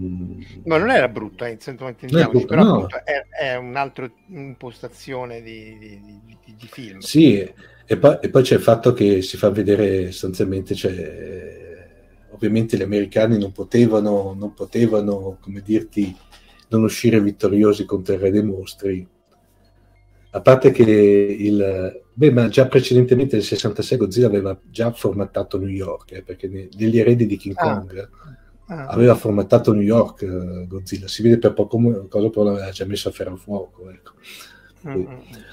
Ma non era brutta, eh, non intendiamoci, brutta, però no. è, è un'altra impostazione di, di, di, di film.
Sì, e poi, e poi c'è il fatto che si fa vedere sostanzialmente, cioè, ovviamente gli americani non potevano, non potevano, come dirti, non uscire vittoriosi contro il re dei mostri, a parte che il beh, ma già precedentemente nel sessantasei Godzilla aveva già formattato New York, eh, perché negli eredi di King Kong ah. Ah. aveva formattato New York uh, Godzilla, si vede per poco cosa, però l'aveva già messo a ferro a fuoco, ecco. Mm-hmm.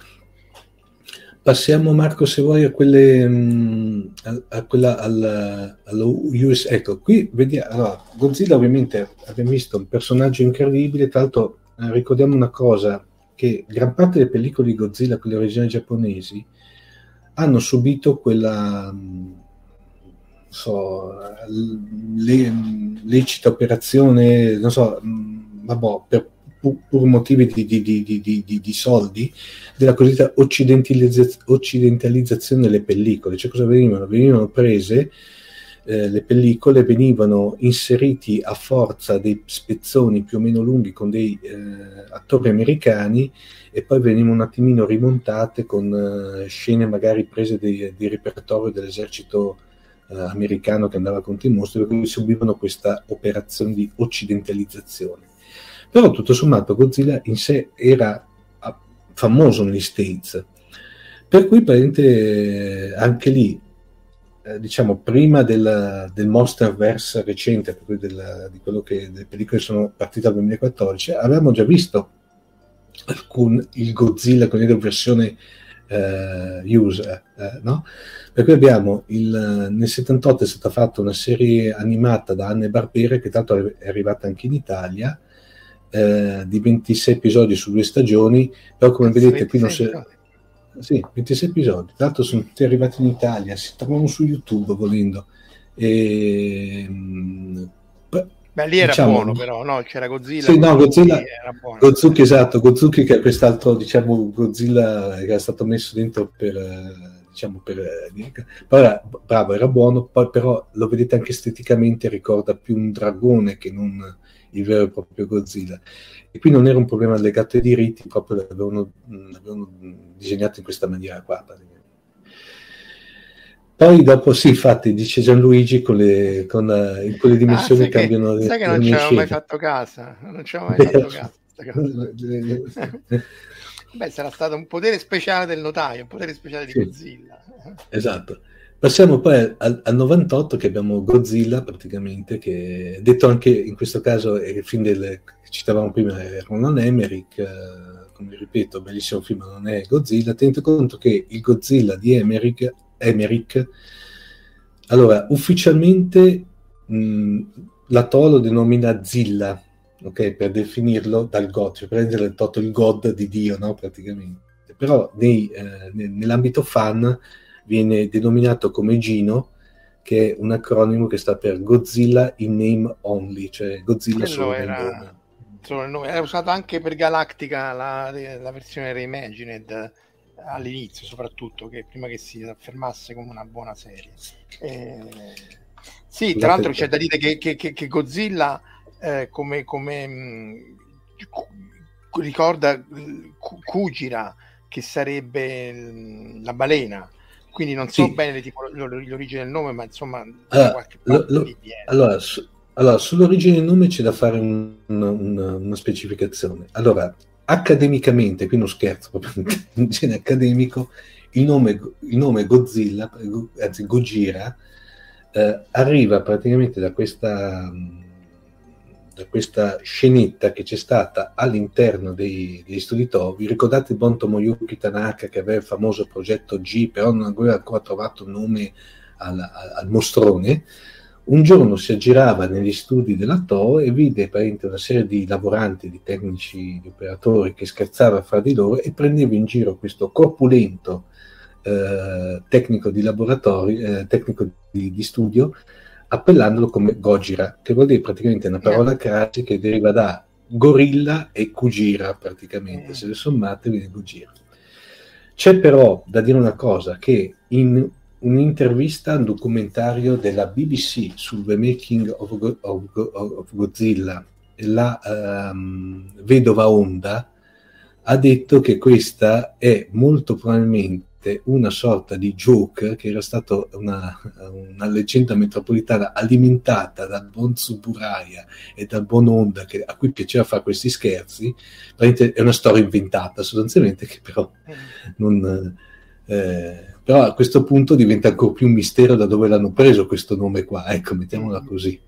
Passiamo, Marco, se vuoi, a quelle mh, a, a quella al, allo U S. Ecco, qui vediamo. Allora, Godzilla, ovviamente, abbiamo visto un personaggio incredibile. Tra l'altro, eh, ricordiamo una cosa: che gran parte delle pellicole di Godzilla, quelle originali giapponesi, hanno subito quella mh, so, le, lecita operazione, non so, mh, vabbè, per pur motivi di, di, di, di, di, di soldi, della cosiddetta occidentalizza- occidentalizzazione delle pellicole. Cioè cosa venivano? Venivano prese eh, le pellicole, venivano inseriti a forza dei spezzoni più o meno lunghi con dei eh, attori americani e poi venivano un attimino rimontate con eh, scene magari prese di, di repertorio dell'esercito eh, americano che andava contro i mostri, perché subivano questa operazione di occidentalizzazione. Però tutto sommato Godzilla in sé era famoso negli States, per cui praticamente anche lì, eh, diciamo prima del, del Monsterverse recente, per cui del, di quello che delle pellicole sono partite dal duemilaquattordici, avevamo già visto alcun, il Godzilla con la versione eh, user, eh, no? Per cui abbiamo il, nel settantotto è stata fatta una serie animata da Hanna-Barbera che tanto è arrivata anche in Italia, eh, di ventisei episodi su due stagioni, però come
Cazzo,
vedete qui non si...
episodi.
Sì, ventisei episodi, tra l'altro sono tutti arrivati in Italia, si trovano su YouTube volendo. E,
Beh, lì era
diciamo,
buono però, no? C'era Godzilla.
Sì, no, Godzilla,
era buono.
Gozuki, esatto, Gozuki che è quest'altro, diciamo, Godzilla che era stato messo dentro per, diciamo, per, però era, bravo, era buono, poi però lo vedete anche esteticamente, ricorda più un dragone che non il vero e proprio Godzilla. E qui non era un problema legato ai diritti, proprio l'avevano, l'avevano disegnato in questa maniera qua. Poi dopo sì, infatti, dice Gianluigi, con le, con, uh, in quelle dimensioni ah, cambiano
che,
le
sai che non ci avevo mai fatto caso, non ci avevo mai fatto caso. Beh, sarà stato un potere speciale del notaio, un potere speciale di sì. Godzilla.
Esatto. Passiamo poi al, al novantotto, che abbiamo Godzilla praticamente, che detto anche in questo caso è il film del, che citavamo prima, è Roland Emmerich, eh, come ripeto, bellissimo film, ma non è Godzilla. Tenete conto che il Godzilla di Emmerich, Emmerich allora, ufficialmente mh, la Toho lo denomina Zilla, ok, per definirlo dal God, cioè prendere il toto il God di Dio, no, praticamente. Però nei, eh, nell'ambito fan viene denominato come Gino, che è un acronimo che sta per Godzilla in name only, cioè Godzilla
Quello
solo
era,
nel nome.
Solo il nome. Era usato anche per Galactica la, la versione reimagined all'inizio, soprattutto, che prima che si affermasse come una buona serie. Eh, sì, tra l'altro c'è da dire che, che, che, che Godzilla eh, come, come mh, ricorda Kujira, che sarebbe mh, la balena. Quindi non so sì. bene le tipo, l'origine del nome, ma insomma
allora, qualche lo, lo, allora, su, allora sull'origine del nome c'è da fare un, una, una specificazione. Allora, accademicamente, qui non scherzo, proprio in genere accademico, il nome, il nome Godzilla, anzi Gojira, eh, arriva praticamente da questa da questa scenetta che c'è stata all'interno dei, degli studi Toho. Vi ricordate il buon Tomoyuki Tanaka che aveva il famoso progetto G, però non aveva ancora trovato un nome al, al, al mostrone? Un giorno si aggirava negli studi della Toho e vide una serie di lavoranti, di tecnici, di operatori che scherzava fra di loro e prendeva in giro questo corpulento eh, tecnico di laboratorio, eh, tecnico di, di studio, appellandolo come Gojira, che vuol dire praticamente una parola crasi che deriva da gorilla e Kujira, praticamente, se le sommate viene Gojira. C'è però da dire una cosa, che in un'intervista, un documentario della B B C sul The Making of, Go- of, Go- of Godzilla, la um, vedova Honda ha detto che questa è molto probabilmente una sorta di joke, che era stata una, una leggenda metropolitana alimentata dal buon Tsuburaya e dal buon Honda, che, a cui piaceva fare questi scherzi. È una storia inventata sostanzialmente, che però non... Eh, però a questo punto diventa ancora più un mistero da dove l'hanno preso questo nome qua, ecco, mettiamola così.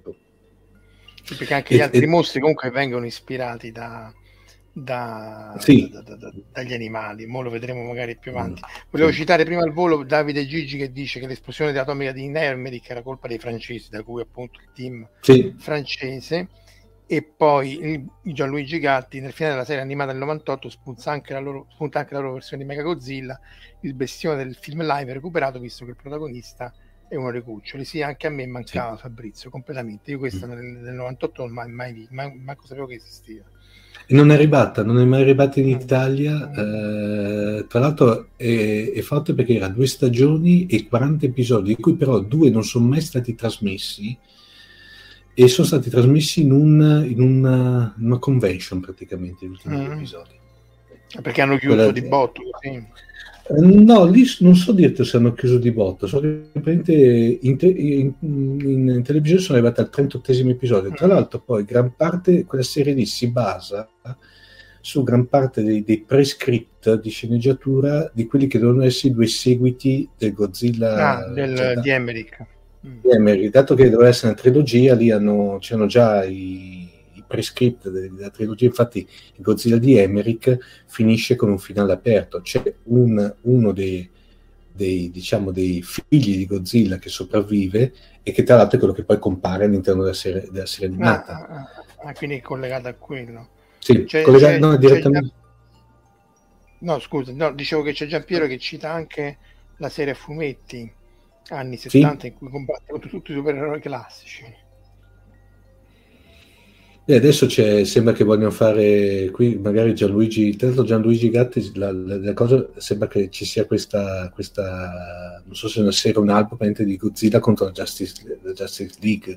Sì, perché anche gli e, altri e... mostri comunque vengono ispirati da, da,
sì.
da, da, da, dagli animali, mo lo vedremo magari più avanti. Volevo sì. citare prima al volo Davide Gigi che dice che l'esplosione dell'atomica di Emmerich era colpa dei francesi, da cui appunto il team
sì.
francese. E poi Gianluigi Gatti nel finale della serie animata del novantotto spunta anche la loro, spunta anche la loro versione di Mechagodzilla, il bestione del film live recuperato, visto che il protagonista è uno dei cuccioli. Sì, anche a me mancava sì. Fabrizio completamente. Io questa mm. nel, nel novantotto non mai, mai visto, ma manco sapevo che esisteva.
E non è arrivata, non è mai arrivata in Italia. Mm. Eh, tra l'altro è, è fatto perché era due stagioni e quaranta episodi, di cui però due non sono mai stati trasmessi. E sono stati trasmessi in, un, in una, una convention praticamente gli ultimi mm. episodi.
Perché hanno chiuso Quella... di botto? Sì.
No, lì non so dirti se hanno chiuso di botto. So che in, te, in, in, in televisione sono arrivati al trentottesimo episodio. Tra mm. l'altro poi gran parte, quella serie lì si basa su gran parte dei, dei prescript di sceneggiatura di quelli che devono essere i due seguiti del Godzilla
ah, del,
cioè,
di Emmerich.
Emmerich, dato che doveva essere una trilogia, lì hanno, c'erano già i, i prescript della trilogia. Infatti il Godzilla di Emmerich finisce con un finale aperto. C'è un, uno dei, dei, diciamo, dei figli di Godzilla che sopravvive e che tra l'altro è quello che poi compare all'interno della serie, della serie animata.
Ah, ah, ah, quindi è collegato a quello.
Sì,
c'è,
collegato,
c'è,
no,
c'è
direttamente.
Gian... No, scusa, no, dicevo che c'è Giampiero che cita anche la serie a fumetti anni settanta, sì, in cui combatte contro tutti i supereroi classici.
E adesso c'è, sembra che vogliono fare qui magari Gianluigi, tanto Gianluigi Gatti, la, la, la cosa sembra che ci sia questa, questa non so se è una serie o un album di Godzilla contro la Justice, la Justice League.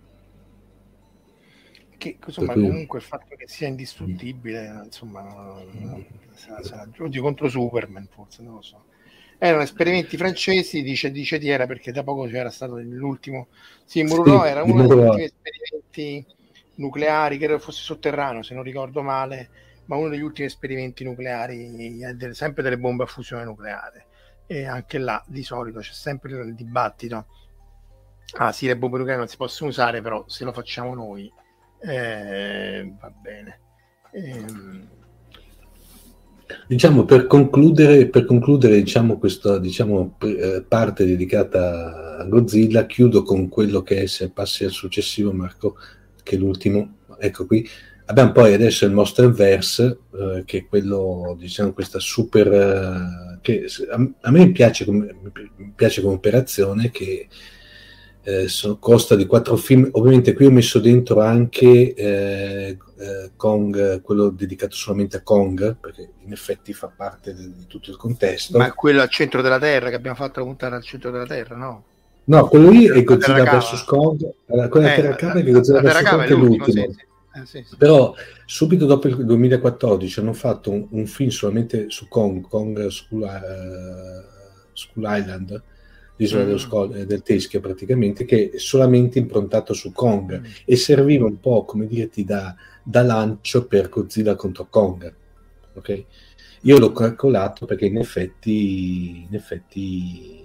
Che insomma cui... comunque il fatto che sia indistruttibile, mm. insomma, mm. sarà, sarà, oddio, contro Superman forse, non lo so. Erano esperimenti francesi, dice, dice Tiera, perché da poco c'era stato l'ultimo, sì, Mururo sì, era uno degli ultimi esperimenti nucleari, credo fosse sotterraneo se non ricordo male, ma uno degli ultimi esperimenti nucleari, sempre delle bombe a fusione nucleare, e anche là di solito c'è sempre il dibattito, ah sì, le bombe nucleari non si possono usare, però se lo facciamo noi eh, va bene. ehm.
Diciamo, per concludere, per concludere diciamo, questa diciamo, eh, parte dedicata a Godzilla, chiudo con quello che è, se passi al successivo Marco, che è l'ultimo, ecco qui, abbiamo poi adesso il Monsterverse, eh, che è quello, diciamo, questa super, eh, che a, a me piace come, mi piace come operazione, che eh, sono, costa di quattro film, ovviamente qui ho messo dentro anche eh, eh, Kong, quello dedicato solamente a Kong, perché in effetti fa parte di, di tutto il contesto.
Ma quello al centro della Terra, che abbiamo fatto la puntata al centro della Terra, no?
No, quello lì è Godzilla versus Kong, quella eh, Terra Cava è Godzilla versus Kong, è l'ultimo, l'ultimo. Sì, sì. Eh, sì, sì. Però subito dopo il duemilaquattordici hanno fatto un, un film solamente su Kong, Kong School, uh, School Island, l'isola mm. dello Scol- del Teschio praticamente, che è solamente improntato su Kong, mm. e serviva un po', come dirti, da, da lancio per Godzilla contro Kong. Ok? Io l'ho calcolato perché in effetti in effetti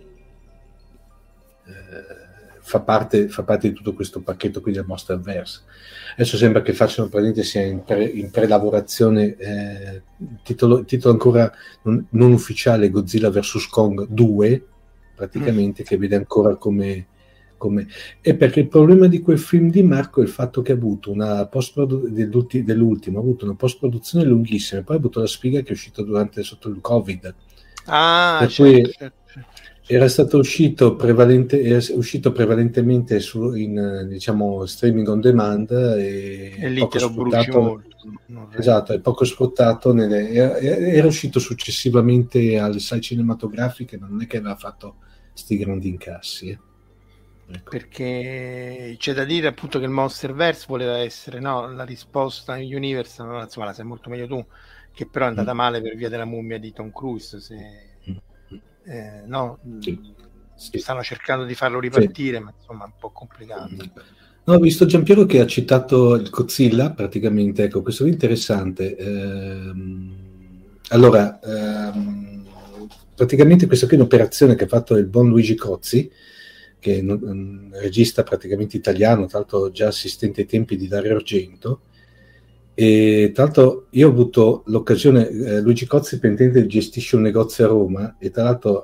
Fa parte, fa parte di tutto questo pacchetto qui del Monsterverse. Adesso sembra che facciano praticamente sia in, pre, in prelavorazione eh, titolo, titolo ancora non, non ufficiale, Godzilla versus Kong due, praticamente, mm. che vede ancora come, come e perché il problema di quel film di Marco è il fatto che ha avuto una post dell'ultimo ha avuto una post produzione lunghissima e poi ha avuto la sfiga che è uscita durante sotto il Covid,
ah,
per
certo,
cui
certo.
Era stato uscito, prevalente, era uscito prevalentemente su, in diciamo streaming on demand e,
e lì
poco
te lo
sfruttato,
molto,
esatto, e poco sfruttato nelle, era, era uscito successivamente alle sale cinematografiche, ma non è che aveva fatto sti grandi incassi. Eh.
Ecco. Perché c'è da dire appunto che il Monsterverse voleva essere, no, la risposta in Universe, no, insomma la sai molto meglio tu, che però è andata mm. male per via della mummia di Tom Cruise, se... mm. Eh, no,
sì.
Sì. stanno cercando di farlo ripartire, sì. ma insomma è un po' complicato.
No, ho visto Giampiero che ha citato il Godzilla, praticamente, ecco, questo è interessante. Ehm, allora, ehm, praticamente questa qui è un'operazione che ha fatto il buon Luigi Cozzi, che è un, un regista praticamente italiano, tra l'altro già assistente ai tempi di Dario Argento. E tra l'altro io ho avuto l'occasione, eh, Luigi Cozzi pendente gestisce un negozio a Roma e tra l'altro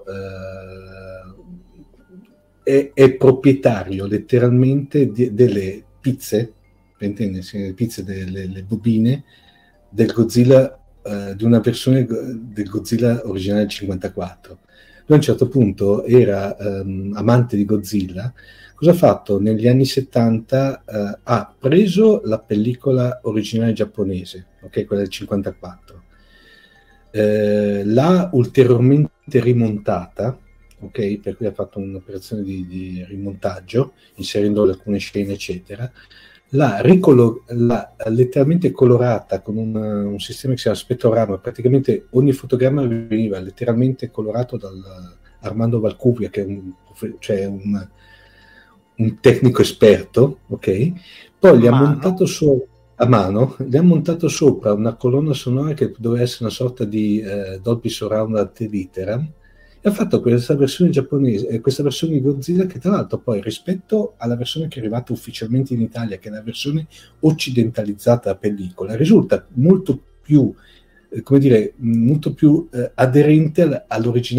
eh, è, è proprietario letteralmente di, delle pizze, le pizze delle le bobine del Godzilla, eh, di una versione del Godzilla originale del cinquantaquattro. Lui a un certo punto era um, amante di Godzilla. Cosa ha fatto? Negli anni settanta eh, ha preso la pellicola originale giapponese, ok, quella del cinquantaquattro, eh, l'ha ulteriormente rimontata, ok, per cui ha fatto un'operazione di, di rimontaggio, inserendo alcune scene, eccetera, l'ha, ricolo- l'ha letteralmente colorata con un, un sistema che si chiama spettrogramma, praticamente ogni fotogramma veniva letteralmente colorato dal Armando Valcuvia, che è un, cioè un un tecnico esperto, ok? Poi gli ha montato su a mano, gli ha montato sopra una colonna sonora che doveva essere una sorta di eh, Dolby Surround ad literam, e ha fatto questa versione giapponese, eh, questa versione di Godzilla, che tra l'altro poi rispetto alla versione che è arrivata ufficialmente in Italia, che è la versione occidentalizzata della pellicola, risulta molto più, eh, come dire, molto più eh, aderente all- all'originale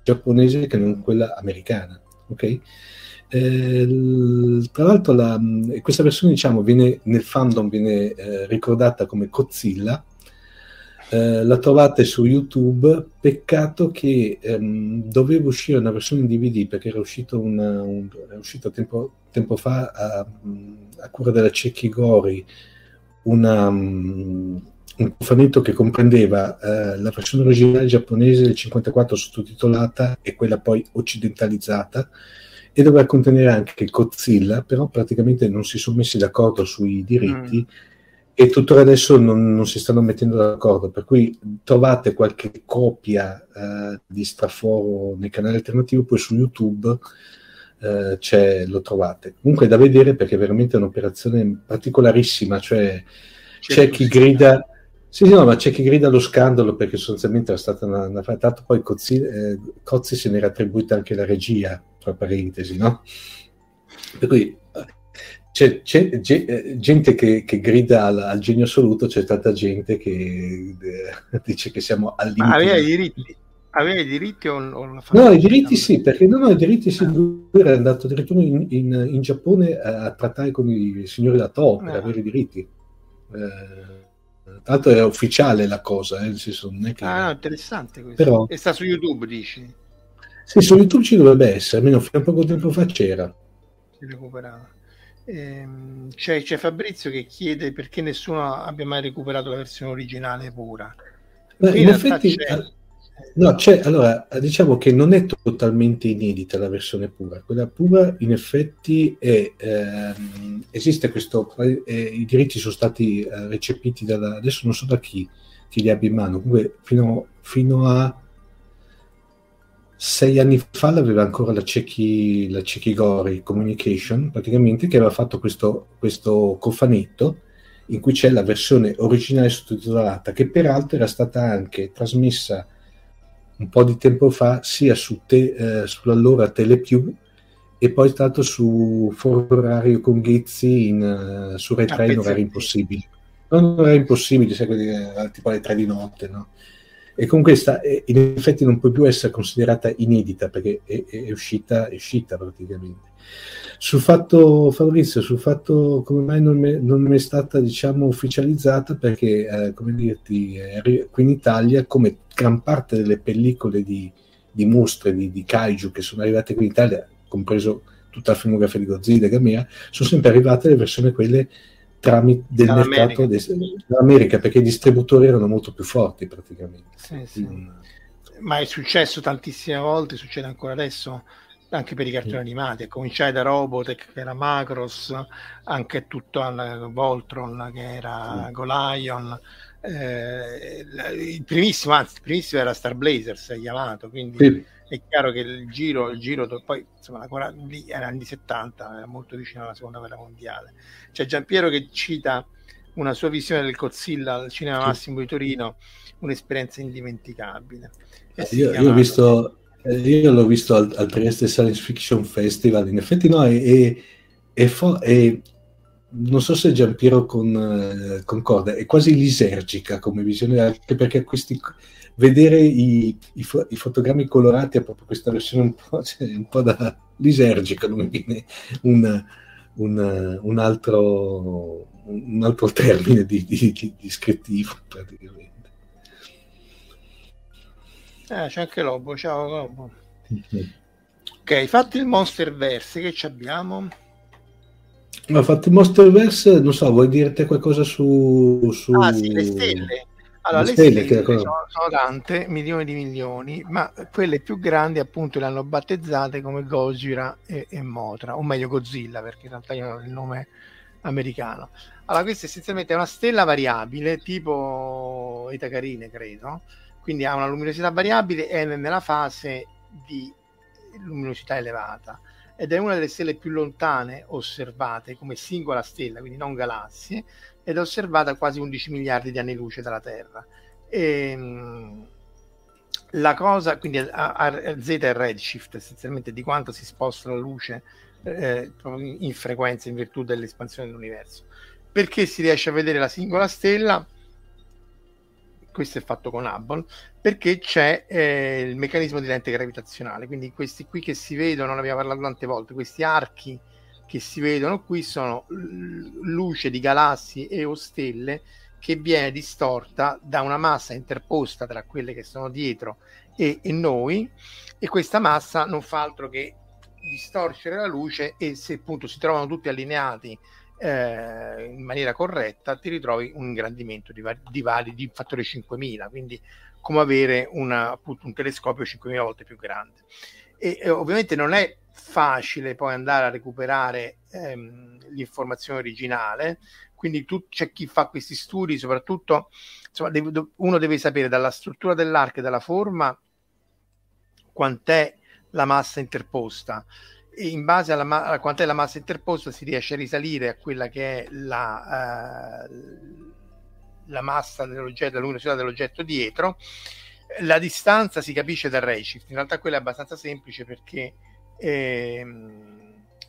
giapponese che non quella americana, ok? Eh, l- tra l'altro la, questa versione, diciamo, viene nel fandom viene eh, ricordata come Godzilla. Eh, la trovate su YouTube. Peccato che ehm, doveva uscire una versione in D V D, perché era uscito, una, un, era uscito tempo, tempo fa a, a cura della Cecchi Gori una, um, un cofanetto che comprendeva eh, la versione originale giapponese del cinquantaquattro sottotitolata e quella poi occidentalizzata, e doveva contenere anche Godzilla, però praticamente non si sono messi d'accordo sui diritti. Mm. E tuttora adesso non, non si stanno mettendo d'accordo, per cui trovate qualche copia eh, di straforo nei canali alternativi, poi su YouTube eh, c'è, lo trovate. Comunque è da vedere, perché è veramente un'operazione particolarissima, cioè c'è, c'è chi grida, sì, sì, no, ma c'è chi grida allo scandalo, perché sostanzialmente era stata una, una tanto poi Cozzi, eh, Cozzi se n'era attribuita anche la regia, tra parentesi, no? Per cui C'è, c'è, c'è gente che, che grida al, al genio assoluto, c'è tanta gente che eh, dice che siamo al limite.
Ma aveva i diritti? Aveva i diritti o, o la
No, i diritti sì, perché no, no, i diritti sì, lui era andato addirittura in, in, in Giappone a, a trattare con i signori da Toho per no. avere i diritti. Eh, tra l'altro è ufficiale la cosa, eh, nel senso, non è che...
Ah, no, interessante questo.
Però,
e sta su YouTube, dici?
Sì, su YouTube ci dovrebbe essere, almeno fino a poco tempo fa c'era.
Si recuperava. Ehm, c'è, c'è Fabrizio che chiede perché nessuno abbia mai recuperato la versione originale pura.
Beh, in, in effetti c'è. No, c'è, allora diciamo che non è totalmente inedita la versione pura. Quella pura in effetti è, ehm, esiste questo, eh, i diritti sono stati eh, recepiti dalla, adesso non so da chi, chi li abbia in mano, comunque fino, fino a sei anni fa l'aveva ancora la Cecchi, la Cecchi Gori Communication, praticamente, che aveva fatto questo, questo cofanetto in cui c'è la versione originale sottotitolata, che peraltro era stata anche trasmessa un po' di tempo fa sia su te, eh, sull'allora Telepiù, e poi è stato su Foro Orario con Ghezzi in, uh, su Rai tre in orari impossibili. Non orari impossibili, sai, quelli, eh, tipo alle tre di notte, no? E con questa in effetti non può più essere considerata inedita, perché è, è, uscita, è uscita praticamente. Sul fatto, Fabrizio, sul fatto come mai non è, non è stata, diciamo, ufficializzata, perché eh, come dirti, eh, qui in Italia, come gran parte delle pellicole di, di mostre di, di kaiju che sono arrivate qui in Italia, compreso tutta la filmografia di Godzilla e Gamera, sono sempre arrivate le versioni quelle tramite del mercato dell'America, perché i distributori erano molto più forti praticamente.
Sì, sì. Mm. Ma è successo tantissime volte, succede ancora adesso anche per i cartoni mm. animati, a cominciare da Robotech che era Macross, anche tutto al Voltron che era mm. Golion, eh, il primissimo, anzi il primissimo era Star Blazers chiamato, quindi sì. È chiaro che il giro, il giro poi insomma ancora lì era anni settanta, era molto vicino alla seconda guerra mondiale. C'è Giampiero che cita una sua visione del Godzilla al Cinema sì. Massimo di Torino, un'esperienza indimenticabile.
Eh, io, io, ho visto, eh, io l'ho visto al, al Trieste Science Fiction Festival, in effetti no, è, è, è, fo- è non so se Giampiero con, eh, concorda, è quasi lisergica come visione, anche perché questi vedere i, i, fo- i fotogrammi colorati è proprio questa versione un po', cioè, un po' da lisergica, non mi viene un, un, un, altro, un altro termine di, di, di descrittivo praticamente.
Eh, c'è anche Lobo, ciao Lobo. Mm-hmm. Ok, fatti il Monsterverse, che ci abbiamo?
Ma fatti il Monsterverse, non so, vuoi dirti qualcosa su, su...
Ah sì, le stelle. Allora, le, le stelle, stelle che sono, sono tante, milioni di milioni, ma quelle più grandi appunto le hanno battezzate come Gojira e, e Mothra, o meglio Godzilla, perché in realtà io ho il nome americano. Allora, questa essenzialmente è una stella variabile, tipo Eta Carinae, credo, quindi ha una luminosità variabile e è nella fase di luminosità elevata, ed è una delle stelle più lontane osservate come singola stella, quindi non galassie, ed è osservata a quasi undici miliardi di anni luce dalla Terra. E, la cosa, quindi a, a, a Z è redshift, essenzialmente di quanto si sposta la luce eh, in frequenza in virtù dell'espansione dell'universo. Perché si riesce a vedere la singola stella? questo è fatto con Hubble, perché c'è eh, il meccanismo di lente gravitazionale, quindi questi qui che si vedono, ne abbiamo parlato tante volte, questi archi che si vedono qui sono luce di galassie e o stelle che viene distorta da una massa interposta tra quelle che sono dietro e, e noi, e questa massa non fa altro che distorcere la luce, e se appunto si trovano tutti allineati eh, in maniera corretta, ti ritrovi un ingrandimento di, vari, di, vari, di fattore cinquemila, quindi come avere una, appunto, un telescopio cinquemila volte più grande. E, e ovviamente non è facile poi andare a recuperare ehm, l'informazione originale, quindi tu, c'è chi fa questi studi, soprattutto insomma, deve, uno deve sapere dalla struttura dell'arco e dalla forma quant'è la massa interposta, e in base alla ma- a quant'è la massa interposta si riesce a risalire a quella che è la, eh, la massa dell'oggetto, la luminosità dell'oggetto dietro. La distanza si capisce dal redshift, in realtà quella è abbastanza semplice perché ehm,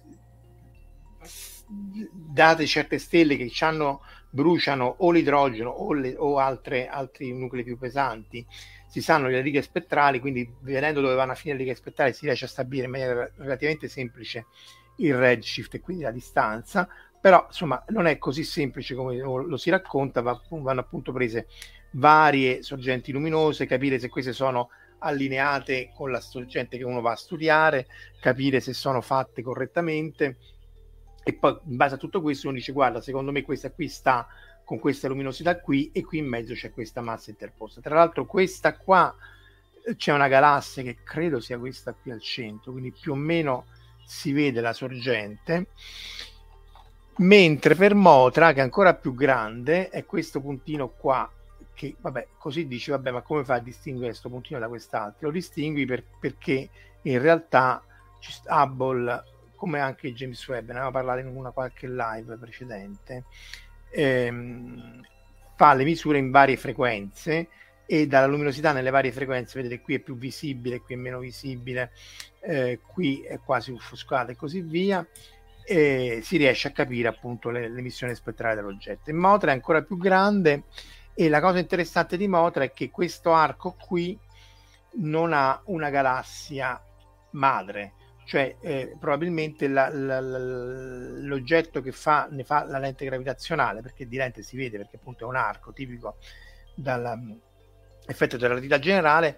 date certe stelle che hanno, bruciano o l'idrogeno o, le, o altre, altri nuclei più pesanti, si sanno le righe spettrali, quindi vedendo dove vanno a finire le righe spettrali si riesce a stabilire in maniera relativamente semplice il redshift e quindi la distanza, però insomma non è così semplice come lo si racconta, va, vanno appunto prese varie sorgenti luminose, capire se queste sono allineate con la sorgente che uno va a studiare, capire se sono fatte correttamente, e poi in base a tutto questo uno dice guarda, secondo me questa qui sta con questa luminosità qui e qui in mezzo c'è questa massa interposta. Tra l'altro questa qua c'è una galassia che credo sia questa qui al centro, quindi più o meno si vede la sorgente, mentre per Motra, che è ancora più grande, è questo puntino qua, che vabbè, così dici vabbè, ma come fai a distinguere questo puntino da quest'altro? Lo distingui per, perché in realtà Hubble, come anche James Webb, ne avevamo parlato in una qualche live precedente, ehm, fa le misure in varie frequenze, e dalla luminosità nelle varie frequenze vedete qui è più visibile, qui è meno visibile, eh, qui è quasi offuscata e così via, e si riesce a capire appunto le, l'emissione spettrale dell'oggetto. In Motra è ancora più grande, e la cosa interessante di Motra è che questo arco qui non ha una galassia madre, cioè eh, probabilmente la, la, la, l'oggetto che fa, ne fa la lente gravitazionale, perché di lente si vede perché appunto è un arco tipico dall'effetto della relatività generale,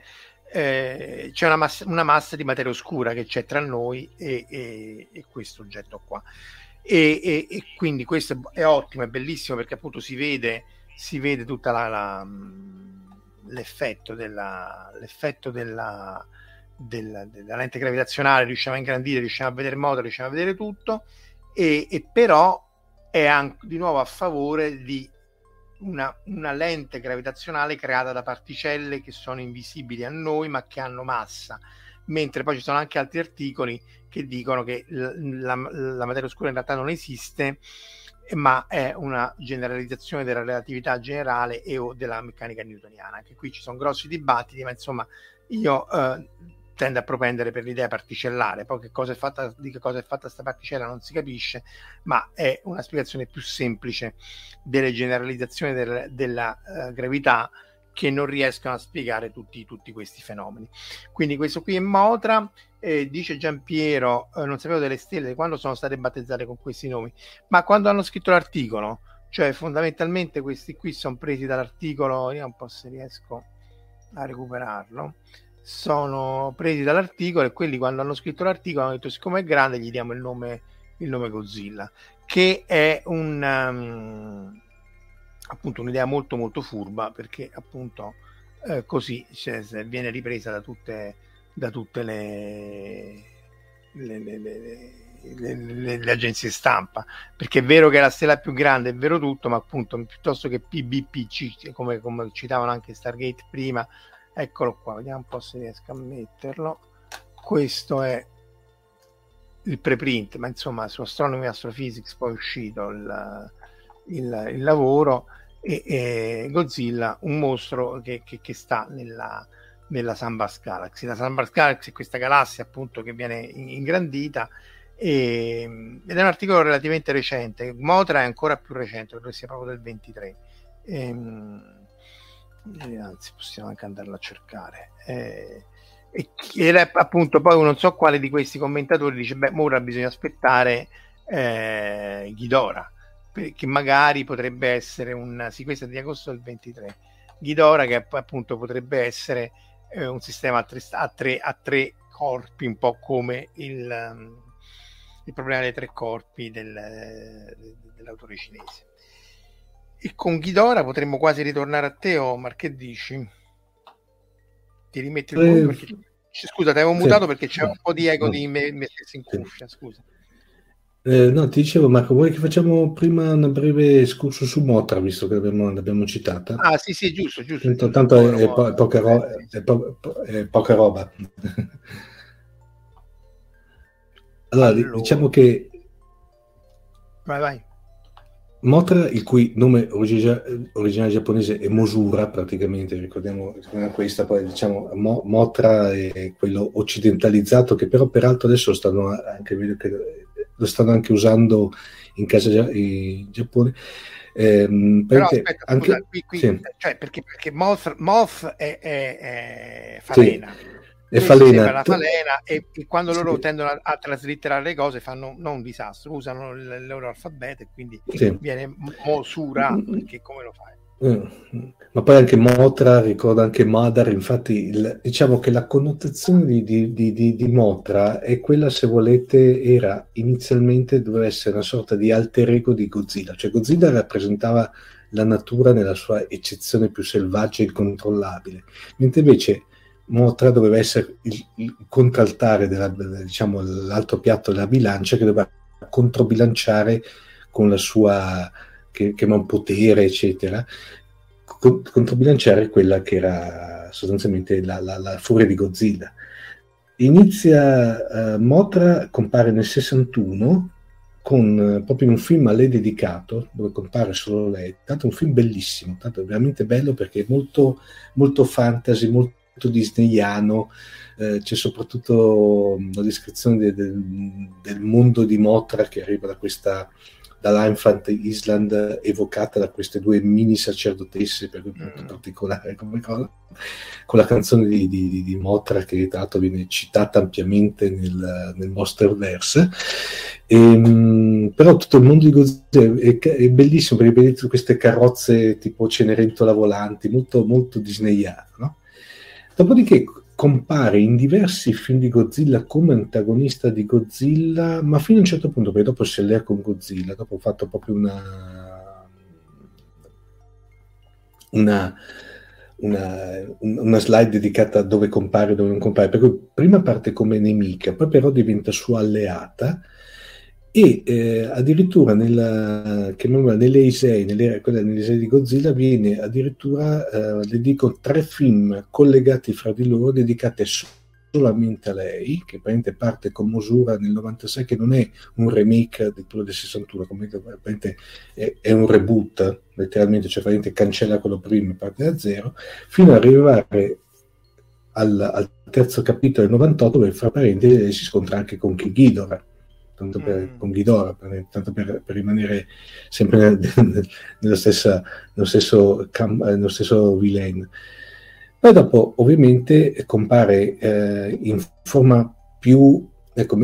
eh, c'è una massa, una massa di materia oscura che c'è tra noi e, e, e questo oggetto qua, e, e, e quindi questo è ottimo, è bellissimo perché appunto si vede si vede tutta la, la l'effetto della l'effetto della Della, della lente gravitazionale, riusciamo a ingrandire, riusciamo a vedere il moto, riusciamo a vedere tutto, e, e però è anche di nuovo a favore di una, una lente gravitazionale creata da particelle che sono invisibili a noi ma che hanno massa, mentre poi ci sono anche altri articoli che dicono che la, la, la materia oscura in realtà non esiste, ma è una generalizzazione della relatività generale e o della meccanica newtoniana. Anche qui ci sono grossi dibattiti, ma insomma io eh, tende a propendere per l'idea particellare. Poi che cosa è fatta, di che cosa è fatta sta particella non si capisce, ma è una spiegazione più semplice delle generalizzazioni del, della uh, gravità, che non riescono a spiegare tutti, tutti questi fenomeni. Quindi questo qui è Motra, eh, dice Giampiero, eh, non sapevo delle stelle quando sono state battezzate con questi nomi, ma quando hanno scritto l'articolo, cioè fondamentalmente questi qui sono presi dall'articolo, io un po' se riesco a recuperarlo, sono presi dall'articolo, e quelli quando hanno scritto l'articolo hanno detto siccome è grande gli diamo il nome, il nome Godzilla, che è un um, appunto un'idea molto molto furba, perché appunto eh, così cioè, viene ripresa da tutte da tutte le le, le, le, le, le, le agenzie stampa, perché è vero che è la stella più grande, è vero tutto, ma appunto piuttosto che P B P C, come, come citavano anche Stargate prima. Eccolo qua, vediamo un po' se riesco a metterlo. Questo è il preprint, ma insomma su Astronomy Astrophysics poi è uscito il, il, il lavoro, e, e Godzilla, un mostro che, che, che sta nella, nella Sunburst Galaxy. La Sunburst Galaxy è questa galassia appunto che viene ingrandita, e, ed è un articolo relativamente recente. Motra è ancora più recente, credo sia proprio del ventitré. E, eh, anzi possiamo anche andarla a cercare, eh, e era appunto poi non so quale di questi commentatori dice beh ora bisogna aspettare eh, Ghidorah, che magari potrebbe essere un, sì, questa è di agosto del ventitré, Ghidorah che appunto potrebbe essere eh, un sistema a tre, a, tre, a tre corpi, un po' come il, um, il problema dei tre corpi del, dell'autore cinese. E con Ghidorah potremmo quasi ritornare a te, Omar, che dici? Ti rimetti il volume? Perché... Scusa, ti avevo mutato sì, perché c'è no, un po' di eco no, di me, me stesso in cuffia, scusa.
Eh, no, ti dicevo, Marco, vuoi che facciamo prima un breve escurso su Mothra, visto che l'abbiamo, l'abbiamo citata?
Ah, sì, sì, giusto, giusto.
Tanto, tanto è, è, po- è, poca ro- è, po- è poca roba. Allora, allora, diciamo che
vai, vai.
Mothra, il cui nome origine, originale giapponese è Mosura, praticamente, ricordiamo, ricordiamo questa, poi diciamo Mo, Mothra è quello occidentalizzato, che però peraltro adesso stanno anche, vedo che lo stanno anche usando in casa in Giappone. Ehm,
però aspetta,
anche,
scusa, qui, qui,
sì.
cioè, perché, perché Moth, Moth è, è, è falena.
Sì. E falena.
La falena e, e quando loro sì. tendono a, a traslitterare le cose fanno non un disastro, usano il, il loro alfabeto e quindi sì. viene Mosura, perché come lo fai?
Mm. Ma poi anche Mothra ricorda anche Madar, infatti il, diciamo che la connotazione di, di, di, di, di Mothra è quella, se volete, era inizialmente doveva essere una sorta di alter ego di Godzilla, cioè Godzilla rappresentava la natura nella sua eccezione più selvaggia e incontrollabile, mentre invece Mothra doveva essere il, il contraltare della, diciamo, l'altro piatto della bilancia che doveva controbilanciare con la sua, che, che ha un potere eccetera, con, controbilanciare quella che era sostanzialmente la, la, la furia di Godzilla. Inizia uh, Mothra compare nel sessantuno con uh, proprio in un film a lei dedicato, dove compare solo lei, tanto un film bellissimo, tanto veramente bello perché è molto, molto fantasy, molto disneyano, eh, c'è soprattutto la descrizione de, de, del mondo di Mothra che arriva da questa dall'Infant Island, evocata da queste due mini sacerdotesse, per cui molto particolare come cosa, con la canzone di, di, di Mothra che tra l'altro viene citata ampiamente nel, nel Monsterverse. E, però tutto il mondo di Godzilla è, è bellissimo perché vedete queste carrozze tipo Cenerentola volanti, molto, molto disneyano, no? Dopodiché compare in diversi film di Godzilla come antagonista di Godzilla, ma fino a un certo punto, perché dopo si allea con Godzilla, dopo ho fatto proprio una una, una, una slide dedicata a dove compare e dove non compare, perché prima parte come nemica, poi però diventa sua alleata, e eh, addirittura nella, nelle Heisei, nelle, nelle Heisei di Godzilla viene addirittura, eh, le dico, tre film collegati fra di loro dedicati solamente a lei, che praticamente parte con Mosura nel novantasei, che non è un remake di quello del sessantuno, è, è un reboot letteralmente, cioè praticamente cancella quello prima e parte da zero, fino ad arrivare al, al terzo capitolo del novantotto, dove fra parentesi si scontra anche con King Ghidorah, tanto per, mm. con Ghidorah, per, tanto per, per rimanere sempre nel, nella stessa, nello stesso, nello stesso villain. Poi dopo ovviamente compare eh, in forma più, ecco,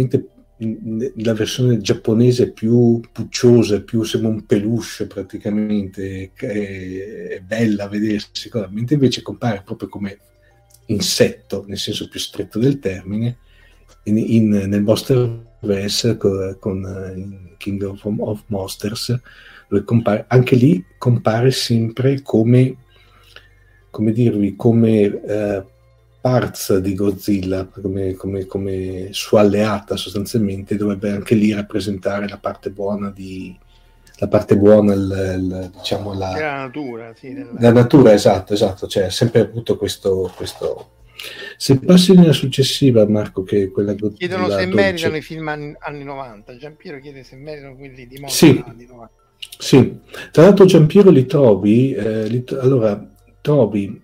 la versione giapponese più pucciosa, più sembra un peluche praticamente, è, è bella a vedersi, mentre invece compare proprio come insetto, nel senso più stretto del termine, in, in, nel Monsterverse con, con King of, of Monsters, dove compare, anche lì compare sempre come, come dirvi, come eh, parts di Godzilla, come, come, come sua alleata sostanzialmente, dovrebbe anche lì rappresentare la parte buona di la parte buona, il, il, diciamo la,
la natura, sì, della...
la natura, esatto, esatto, cioè ha sempre avuto questo, questo. Se passi nella successiva, Marco, che è quella Godzilla
chiedono se
dodici.
Meritano i film anni, anni novanta. Giampiero chiede se meritano quelli di Mothra
sì,
anni novanta.
Sì, tra l'altro Giampiero li trovi, eh, li, allora trovi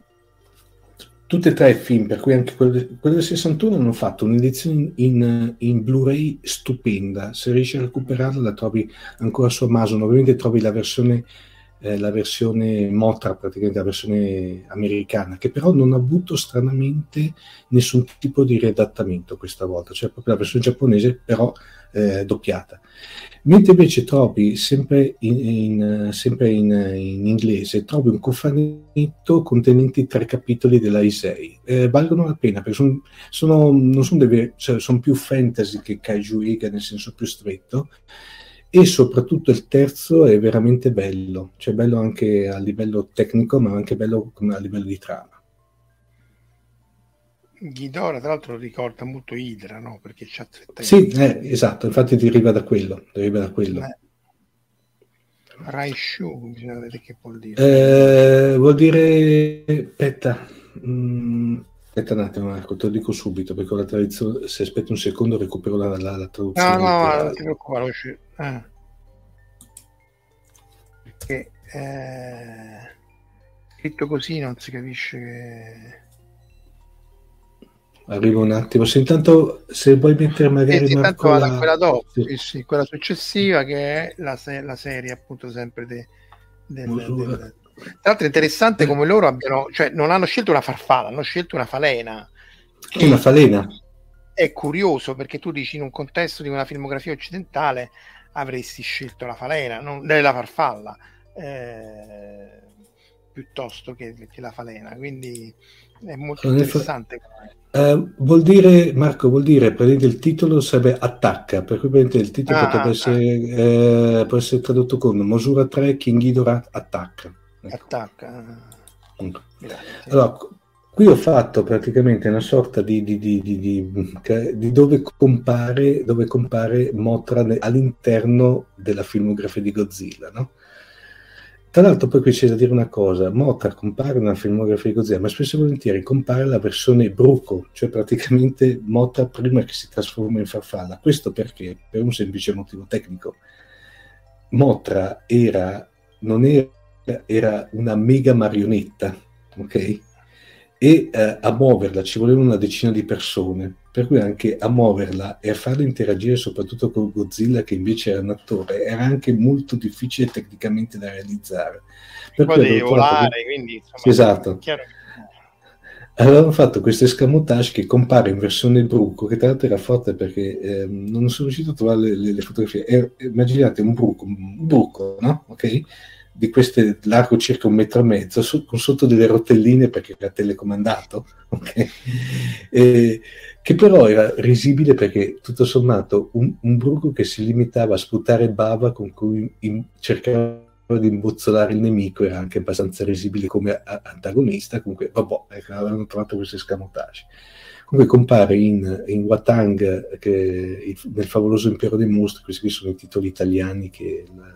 tutti e tre i film, per cui anche quello, quello del sessantuno hanno fatto un'edizione in, in Blu-ray stupenda, se riesci a recuperarla la trovi ancora su Amazon, ovviamente trovi la versione eh, la versione Mothra, praticamente la versione americana, che però non ha avuto stranamente nessun tipo di riadattamento questa volta, cioè proprio la versione giapponese però eh, doppiata. Mentre invece trovi sempre in, in, sempre in, in inglese, trovi un cofanetto contenente tre capitoli della Heisei. Eh, valgono la pena perché sono, sono, non sono, deve, cioè, sono più fantasy che Kaiju Eiga nel senso più stretto, e soprattutto il terzo è veramente bello, cioè bello anche a livello tecnico ma anche bello a livello di trama.
Ghidorah tra l'altro ricorda molto Hydra, no? Perché c'ha tre teste.
Sì, eh, esatto, infatti deriva da quello, deriva da quello.
Eh. Raishu, bisogna vedere che vuol dire.
Eh, vuol dire aspetta, mm, aspetta un attimo Marco, te lo dico subito perché la traduzione, se aspetti un secondo recupero la, la, la traduzione.
No, no,
letterale.
non ti preoccupare, eh. Perché eh, scritto così non si capisce che...
Arrivo un attimo, se intanto se vuoi mettere magari
sì,
Marco
vado
la...
a quella dopo,
sì.
sì, sì, quella successiva che è la, se- la serie appunto sempre de- del,
Misura.
del... Tra l'altro è interessante come loro abbiano, cioè non hanno scelto una farfalla, hanno scelto una falena.
Che una falena.
È curioso perché tu dici in un contesto di una filmografia occidentale avresti scelto la falena, non la farfalla, eh, piuttosto che, che la falena, quindi è molto
Allora,
interessante.
Uh, vuol dire, Marco, vuol dire, prendete il titolo sarebbe attacca, per cui prendete il titolo
Ah,
potrebbe
ah,
essere,
ah.
Eh, può essere tradotto con Mosura tre, King Ghidorah attacca. Ecco.
Attacca.
Ecco.
Grazie.
Allora, qui ho fatto praticamente una sorta di, di, di, di, di, di dove compare, dove compare Mothra all'interno della filmografia di Godzilla, no? Tra l'altro poi qui c'è da dire una cosa, Mothra compare nella filmografia di Godzilla, ma spesso e volentieri compare la versione bruco, cioè praticamente Mothra prima che si trasforma in farfalla. Questo perché? Per un semplice motivo tecnico. Mothra era, non era, era una mega marionetta, ok? E eh, a muoverla ci volevano una decina di persone, per cui anche a muoverla e a farla interagire soprattutto con Godzilla, che invece era un attore, era anche molto difficile tecnicamente da realizzare. Per
poi devi volare, che... quindi insomma,
esatto.
È chiaro.
Avevano fatto questo escamotage che compare in versione bruco, che tra l'altro era forte perché eh, non sono riuscito a trovare le, le, le fotografie. E, immaginate un bruco, un bruco, no? Ok? Di queste largo circa un metro e mezzo, su, con sotto delle rotelline perché era telecomandato, okay? E, che però era risibile perché tutto sommato un, un bruco che si limitava a sputare bava con cui in, cercava di imbozzolare il nemico era anche abbastanza risibile come a, antagonista. Comunque vabbè, ecco, avevano trovato questo escamotage. Comunque compare in, in Watang, che, nel favoloso impero dei mostri. Questi qui sono i titoli italiani che la,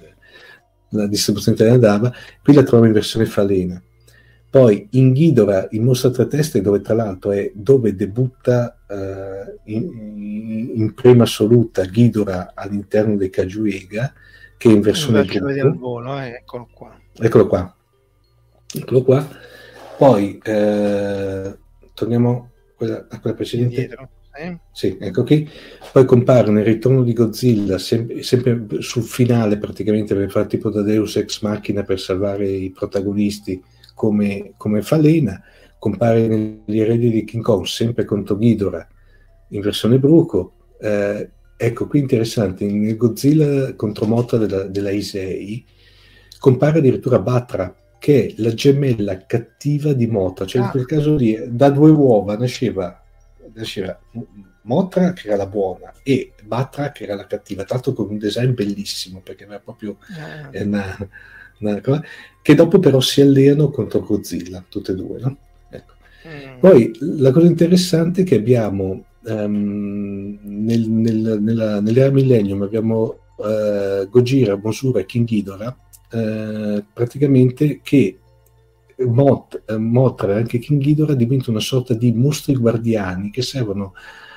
la distribuzione italiana dava. Qui la trovo in versione falena. Poi in Ghidorah, in Mostra tre teste, dove tra l'altro è dove debutta uh, in, in, in prima assoluta Ghidorah all'interno dei Kaiju Eiga, che è in versione
vedere al volo, eh, eccolo qua.
Eccolo qua. Eccolo qua. Poi eh, torniamo a quella, a quella precedente.
Indietro, eh?
Sì, ecco qui. Poi compare nel ritorno di Godzilla, sem- sempre sul finale praticamente, per fare tipo da Deus Ex Machina per salvare i protagonisti come, come falena. Compare negli eredi di King Kong, sempre contro Ghidorah in versione bruco. Eh, ecco qui interessante, nel Godzilla contro Mothra della, della Heisei compare addirittura Batra, che è la gemella cattiva di Mothra, cioè ah. in quel caso lì da due uova nasceva, nasceva Mothra che era la buona e Batra che era la cattiva, tanto con un design bellissimo perché era proprio ah. una, una cosa, che dopo però si alleano contro Godzilla, tutte e due, no? Ecco. Mm. Poi la cosa interessante è che abbiamo Um, nel, nel, nella, nell'era Millennium abbiamo uh, Gojira, Mosura e King Ghidorah uh, praticamente che Mot, uh, Mothra e anche King Ghidorah diventano una sorta di mostri guardiani che servono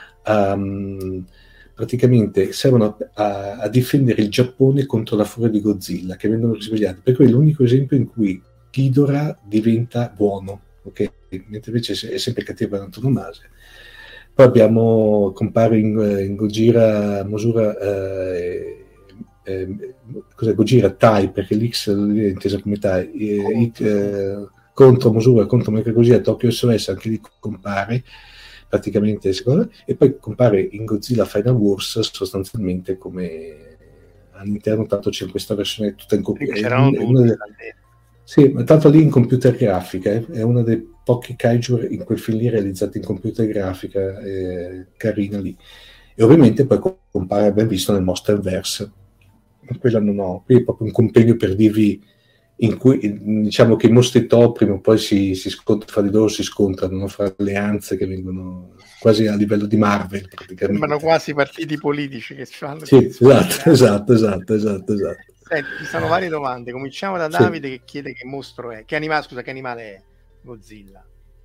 um, praticamente servono a, a difendere il Giappone contro la furia di Godzilla, che vengono risvegliati, per cui è l'unico esempio in cui Ghidorah diventa buono, okay? Mentre invece è sempre cattivo per antonomasia. Poi abbiamo, compare in, in Gojira, Mosura eh, eh, cos'è Gojira Tai, perché l'X è intesa come Tai, eh, eh, contro Musura, contro Mechagodzilla, Tokyo S O S anche lì compare praticamente, secondo, e poi compare in Godzilla Final Wars sostanzialmente come all'interno, tanto c'è questa versione tutta in computer, sì, ma tanto lì in computer grafica, eh, è uno dei pochi kaiju in quel film lì realizzati in computer grafica, eh, carina lì. E ovviamente poi compare, abbiamo visto, nel Monsterverse. Quella non ho, qui è proprio un compendio per dirvi in cui diciamo che i mostri top prima o poi si, si scontrano fra di loro, si scontrano, no? Fra alleanze che vengono quasi a livello di Marvel praticamente.
Sembrano quasi partiti politici che fanno.
Sì, esatto, esatto, esatto, esatto, esatto.
Senti, ci sono varie domande. Cominciamo da Davide, sì, che chiede che mostro è, che animale, scusa, che animale è Godzilla?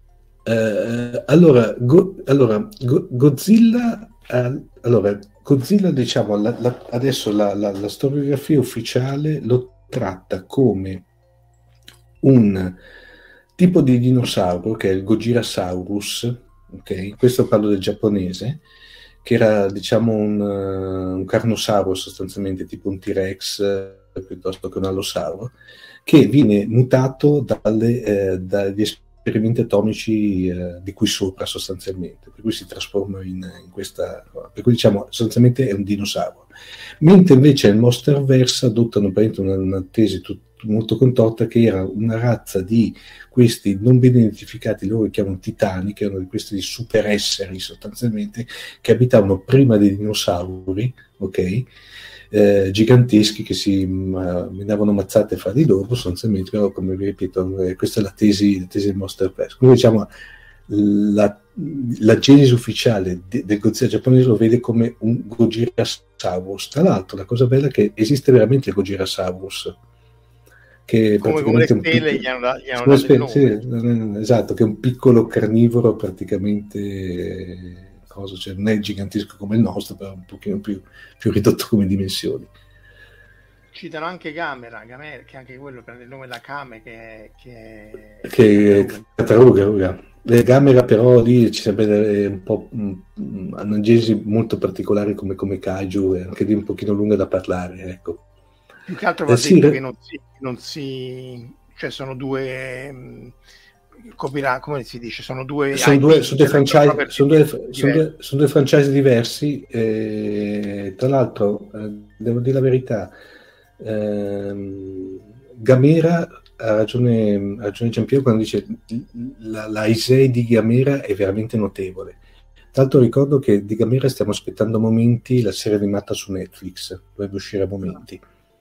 Eh, allora, go, allora go, Godzilla, eh, allora Godzilla, diciamo, la, la, adesso la, la, la storiografia ufficiale lo tratta come un tipo di dinosauro che è il Gojirasaurus, ok? Questo parlo del giapponese, che era, diciamo, un, un carnosauro sostanzialmente, tipo un T-Rex eh, piuttosto che un allosauro, che viene mutato dalle, eh, dagli esperimenti atomici eh, di qui sopra sostanzialmente, per cui si trasforma in, in questa, per cui diciamo sostanzialmente è un dinosauro. Mentre invece nel Monsterverse adottano una, una tesi tut, molto contorta, che era una razza di questi non ben identificati, loro li chiamano titani, che erano di questi super esseri sostanzialmente, che abitavano prima dei dinosauri, ok? Eh, giganteschi, che si menavano mazzate fra di loro sostanzialmente, però, come vi ripeto, eh, questa è la tesi, la tesi del Monsterverse. Quindi diciamo la, la genesi ufficiale de, del Godzilla giapponese lo vede come un Gojirasaurus. Tra l'altro la cosa bella è che esiste veramente il Gojirasaurus, che
come, come le stelle gli hanno, gli hanno dato il nome.
Sì, esatto, che è un piccolo carnivoro praticamente, cosa, cioè non è gigantesco come il nostro, però un pochino più, più ridotto come dimensioni.
Citano anche Gamera, Gamera, che anche quello prende il nome da Kame, che
è che Cataruga. Le Gamera però lì ci sarebbe un po' un'angesi molto particolare come, come kaiju, anche lì un pochino lunga da parlare, ecco.
Più che altro va eh, detto sì, che non si, non si, cioè sono due mh, copyright, come si dice, sono due
sono due, sono due franchise, sono due, sono due, sono due franchise diversi, eh, tra l'altro eh, devo dire la verità, eh, Gamera ha ragione, ha ragione Giampiero quando dice la, la Issei di Gamera è veramente notevole. Tra l'altro ricordo che di Gamera stiamo aspettando a momenti la serie animata su Netflix, dovrebbe uscire a momenti.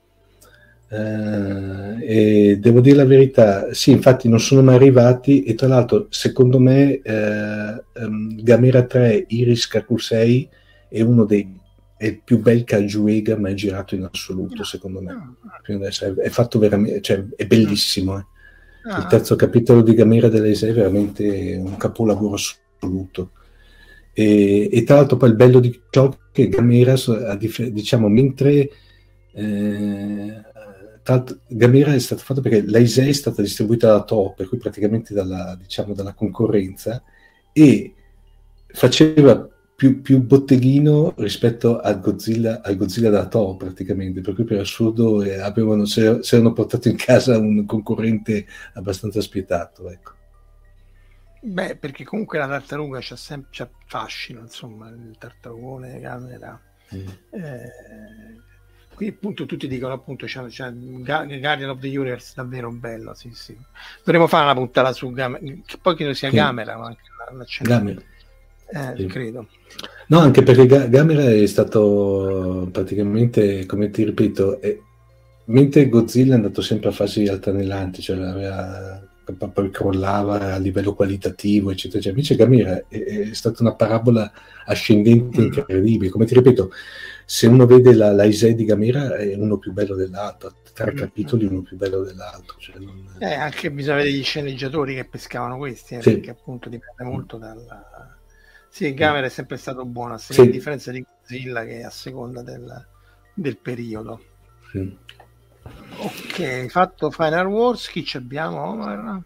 Uh, e devo dire la verità, sì, infatti non sono mai arrivati, e tra l'altro secondo me uh, um, Gamera tre Iris Kakusei è uno dei è il più bel Kaiju-Ega mai girato in assoluto, secondo me. Adesso è, è fatto veramente, cioè è bellissimo, eh. Il terzo capitolo di Gamera dell'Eisei è veramente un capolavoro assoluto. E, e tra l'altro poi il bello di ciò che Gamera, diciamo, mentre eh, Gamera è stato fatto perché l'Eisei è stata distribuita da Toho, per cui praticamente dalla, diciamo, dalla concorrenza, e faceva più, più botteghino rispetto al Godzilla, al Godzilla da Toho praticamente, per cui per assurdo eh, avevano, si erano portato in casa un concorrente abbastanza spietato, ecco.
Beh, perché comunque la tartaruga c'ha sempre c'ha fascino, insomma, il tartarugone, Gamera. Mm. Eh, qui appunto tutti dicono appunto c'è, c'è Guardian of the Universe davvero bello, sì sì. Dovremmo fare una puntata su Gamera, che poi credo sia sì. Gamera, ma anche la
Gamera.
Eh, sì. Credo.
No, anche perché G- Gamera è stato praticamente, come ti ripeto, è, mentre Godzilla è andato sempre a fasi altalenanti, cioè aveva, poi crollava a livello qualitativo, eccetera, eccetera. Invece Gamera è, è stata una parabola ascendente mm. incredibile. Come ti ripeto, se uno vede la, la Issei di Gamera è uno più bello dell'altro, tre mm. capitoli uno più bello dell'altro. Cioè non...
eh, anche bisogna vedere gli sceneggiatori che pescavano questi, eh, sì. perché appunto dipende molto dalla... Sì, Gamera è sempre stato buono, a sì. differenza di Godzilla, che è a seconda del, del periodo. Sì. Ok, fatto Final Wars, chi ci abbiamo?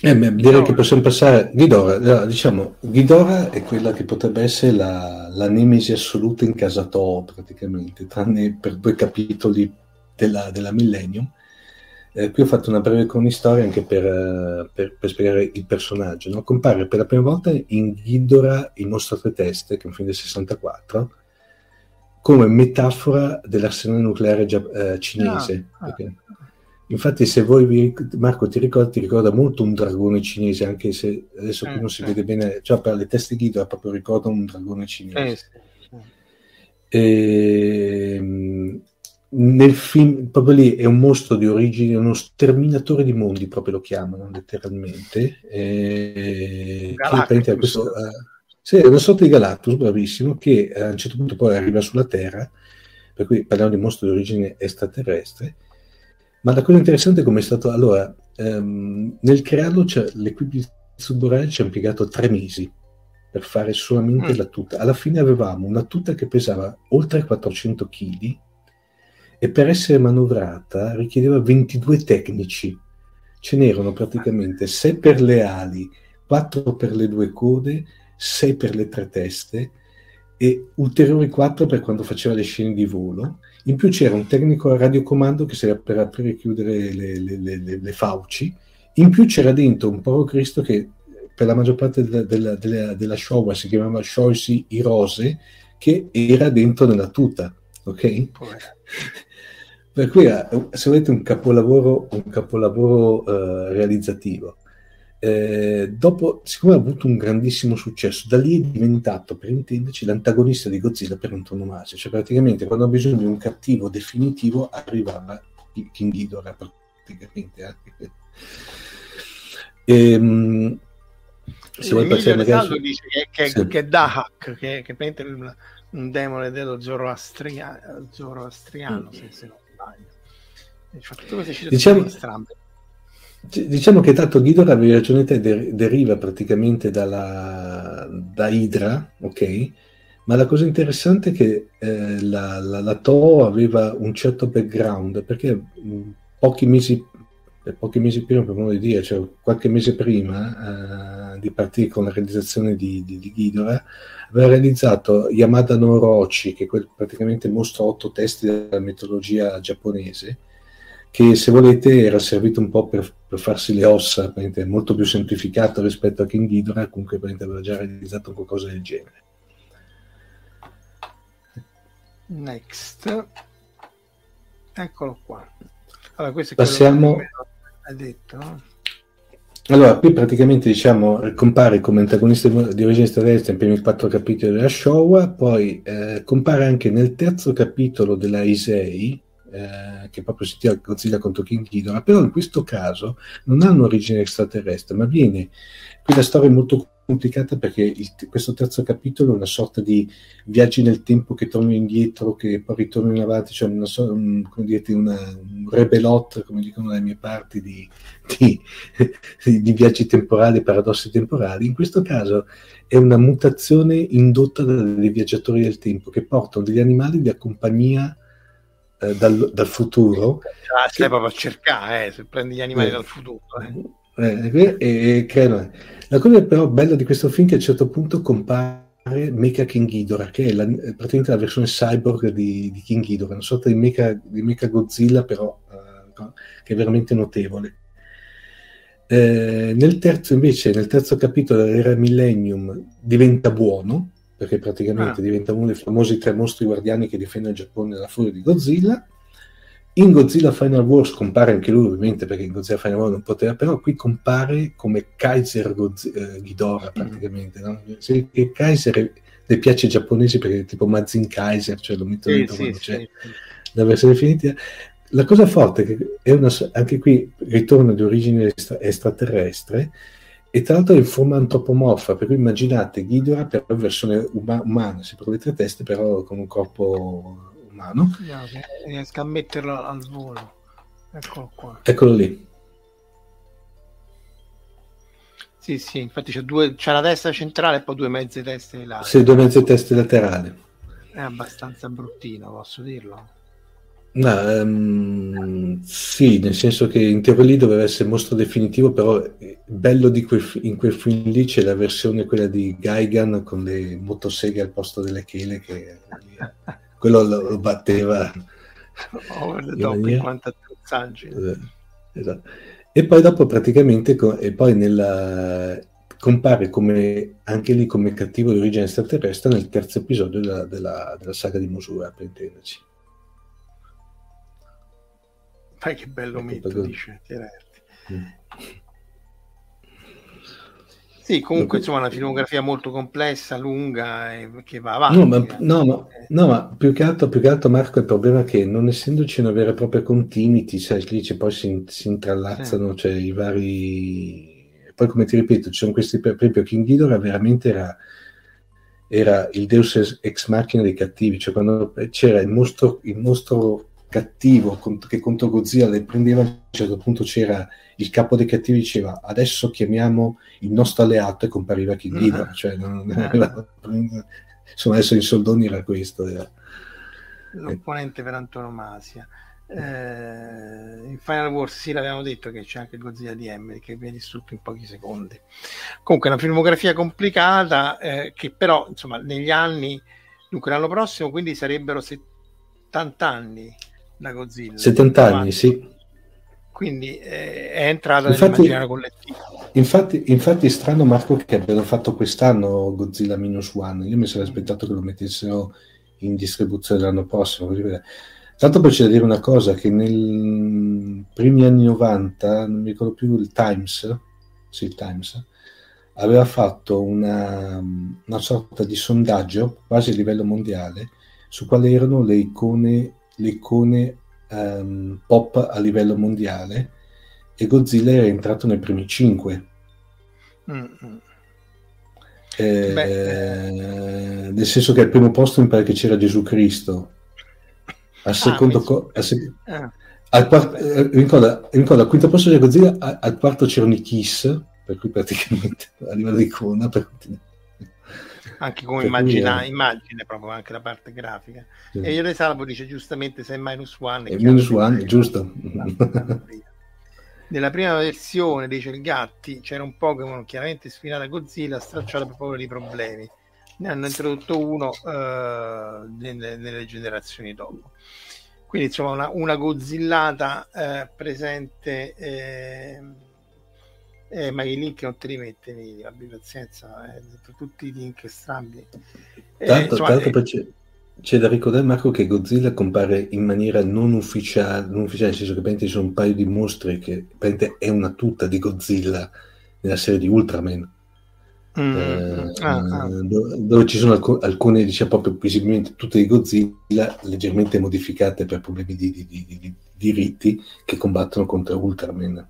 Eh, beh, direi che possiamo passare. Ghidorah, diciamo, Ghidorah è quella che potrebbe essere la, la nemesi assoluta in casa Toho, praticamente, tranne per due capitoli della, della Millennium. Eh, qui ho fatto una breve cronistoria anche per, per, per spiegare il personaggio, no? Compare per la prima volta in Ghidorah, il mostro a tre teste, che è un film del sessantaquattro, come metafora dell'arsenale nucleare gia- eh, cinese. Ah, perché, infatti, se voi vi, Marco ti ricordi, ti ricorda molto un dragone cinese, anche se adesso qui non si vede bene, cioè per le teste Ghidorah proprio ricorda un dragone cinese. Eh, e, nel film proprio lì è un mostro di origine, uno sterminatore di mondi, proprio lo chiamano letteralmente, eh, che ha questo, uh, sì, è una sorta di Galactus bravissimo, che a un certo punto poi arriva sulla Terra, per cui parliamo di mostro di origine extraterrestre. Ma la cosa interessante è come è stato, allora, um, nel crearlo l'equipe di Tsuburaya ci ha impiegato tre mesi per fare solamente mm. la tuta. Alla fine avevamo una tuta che pesava oltre quattrocento chili e per essere manovrata richiedeva ventidue tecnici. Ce n'erano praticamente sei per le ali, quattro per le due code, sei per le tre teste e ulteriori quattro per quando faceva le scene di volo. In più c'era un tecnico a radiocomando che serviva per aprire e chiudere le, le, le, le, le fauci. In più c'era dentro un povero Cristo che per la maggior parte della, della, della, della Showa si chiamava Shoichi Hirose, che era dentro nella tuta, ok? Per cui se volete un capolavoro, un capolavoro uh, realizzativo. Eh, dopo, siccome ha avuto un grandissimo successo, da lì è diventato, per intenderci, l'antagonista di Godzilla per antonomasia. Cioè praticamente quando ha bisogno di un cattivo definitivo arrivava King Ghidorah praticamente. Eh. E,
se vuoi passare magari su... dice che, che, sì. che è Dahak, che, che è un, un demone dello zoroastriano, zoroastriano mm. se, se non sbaglio. Tutte queste citazioni strambe.
Diciamo che tanto Ghidorah, avevi ragione te, der- deriva praticamente dalla, da Hydra, ok? Ma la cosa interessante è che eh, la, la, la Toho aveva un certo background, perché mh, pochi mesi pochi mesi prima, per modo di dire, cioè qualche mese prima eh, di partire con la realizzazione di, di, di Ghidorah, aveva realizzato Yamada no Orochi, che è quel praticamente mostra otto testi della mitologia giapponese, che se volete era servito un po' per, per farsi le ossa, molto più semplificato rispetto a King Ghidorah, comunque aveva già realizzato qualcosa del genere.
Next, eccolo qua. Allora, questo è
Passiamo.
Hai detto, no?
Allora, qui praticamente diciamo compare come antagonista di origine extraterrestre nei primi quattro capitoli della Showa, poi eh, compare anche nel terzo capitolo della Heisei, eh, che proprio si chiama Godzilla contro King Ghidorah, però in questo caso non ha un'origine extraterrestre, ma viene, qui la storia è molto complicata perché il, questo terzo capitolo è una sorta di viaggi nel tempo che tornano indietro, che poi ritornano in avanti, cioè una, un, come dire, una, un rebelot, come dicono dalle mie parti, di, di, di viaggi temporali, paradossi temporali. In questo caso è una mutazione indotta dai viaggiatori del tempo che portano degli animali di compagnia eh, dal, dal futuro.
Ah, stai che, proprio a cercare, eh, se prendi gli animali eh, dal futuro. Eh.
Eh, e, e creano. La cosa però bella di questo film è che a un certo punto compare Mecha King Ghidorah, che è la, praticamente la versione cyborg di, di King Ghidorah, una sorta di Mecha, di Mecha Godzilla, però uh, che è veramente notevole. Eh, nel terzo invece, nel terzo capitolo dell'era Millennium diventa buono, perché praticamente ah. diventa uno dei famosi tre mostri guardiani che difendono il Giappone dalla furia di Godzilla. In Godzilla Final Wars compare anche lui, ovviamente, perché in Godzilla Final Wars non poteva, però qui compare come Kaiser Goz- eh, Ghidorah praticamente, no? Se, e Kaiser le piace ai giapponesi perché è tipo Mazin Kaiser, cioè lo mettono dentro sì, quando sì, c'è sì. la versione definitiva. La cosa forte è che è una, anche qui ritorno di origine extra, extraterrestre e tra l'altro è in forma antropomorfa, per cui immaginate Ghidorah per la versione uma- umana, sempre con le tre teste, però con un corpo umano.
No, riesco a metterlo al volo. Eccolo qua.
Eccolo lì.
Sì, sì, infatti c'è, due, c'è la testa centrale e poi due mezze teste laterali.
Sì, due mezze teste laterali.
È abbastanza bruttino, posso dirlo.
No, ehm, sì, nel senso che in teoria lì doveva essere il mostro definitivo, però il bello di quel, fi- in quel film lì c'è la versione quella di Guigan con le motoseghe al posto delle chele, che quello lo, lo batteva
over the
in
top in
maniera...
quanto a truzzaggine.
eh, esatto. E poi dopo praticamente co- e poi nella, compare come anche lì come cattivo di origine extraterrestre nel terzo episodio della, della, della saga di Mosura, per intenderci.
Poi che bello
Ecco,
mito,
perché-
dice Tirardi.
Mm.
Sì, comunque
Dopo-
insomma una filmografia molto complessa, lunga e che va
No,
avanti.
ma, no, ma, no, ma più che altro, più che altro, Marco, il problema è che non essendoci una vera e propria continuity, sai, lì c'è, poi si, si intrallazzano, cioè i vari... Poi, come ti ripeto, ci sono questi, per esempio, King Ghidorah veramente era, era il deus ex machina dei cattivi, cioè quando c'era il mostro, il mostro cattivo cont- che contro Godzilla le prendeva, a un certo punto c'era il capo dei cattivi, diceva adesso chiamiamo il nostro alleato e compariva King Ghidorah, cioè non aveva... insomma adesso in soldoni era questo, era.
L'opponente per antonomasia. Eh, in Final Wars sì, l'avevamo detto che c'è anche Godzilla di Emmerich che viene distrutto in pochi secondi. Comunque una filmografia complicata, eh, che però insomma negli anni, dunque l'anno prossimo quindi sarebbero settanta anni da Godzilla,
settanta anni, sì.
Quindi eh, è entrata
Infatti-
nell'immaginario collettivo.
Infatti, infatti è strano, Marco, che abbiano fatto quest'anno Godzilla Minus One. Io mi sarei aspettato che lo mettessero in distribuzione l'anno prossimo. così- Tanto poi c'è da dire una cosa, che nei primi anni novanta, non mi ricordo più, il Times, sì, il Times, aveva fatto una, una sorta di sondaggio, quasi a livello mondiale, su quali erano le icone, le icone ehm, pop a livello mondiale, e Godzilla era entrato nei primi cinque.
Mm-hmm.
Eh,
Beh,
nel senso che al primo posto mi pare che c'era Gesù Cristo, al secondo
ah,
co- al, sec-
ah,
al, quarto, eh, ricorda, ricorda, al quinto posto c'era Godzilla, al, al quarto c'erano i Kiss, per cui praticamente a livello di icona per
anche come
per
immagina,
cui,
immagine proprio anche la parte grafica.
sì.
E io De Salvo dice giustamente se è minus one è
E
chiaro
minus
che
one,
è-
giusto.
nella prima versione, dice il Gatti, c'era un Pokémon chiaramente sfinato a Godzilla, stracciato per paura di problemi. Ne hanno introdotto uno eh, nelle, nelle generazioni dopo. Quindi insomma una, una Godzillata eh, presente, eh, eh, ma i link non te li mette, mi abbi pazienza, eh, tutti i link strambi. Eh,
Tanto,
insomma,
tanto
eh,
poi c'è, c'è da ricordare, Marco, che Godzilla compare in maniera non ufficiale, non ufficiale, nel senso che praticamente ci sono un paio di mostri che praticamente è una tuta di Godzilla nella serie di Ultraman.
mm,
Eh,
ah, ah.
dove, dove ci sono alc- alcune, diciamo, proprio visibilmente tutte di Godzilla, leggermente modificate per problemi di, di, di, di, di diritti, che combattono contro Ultraman.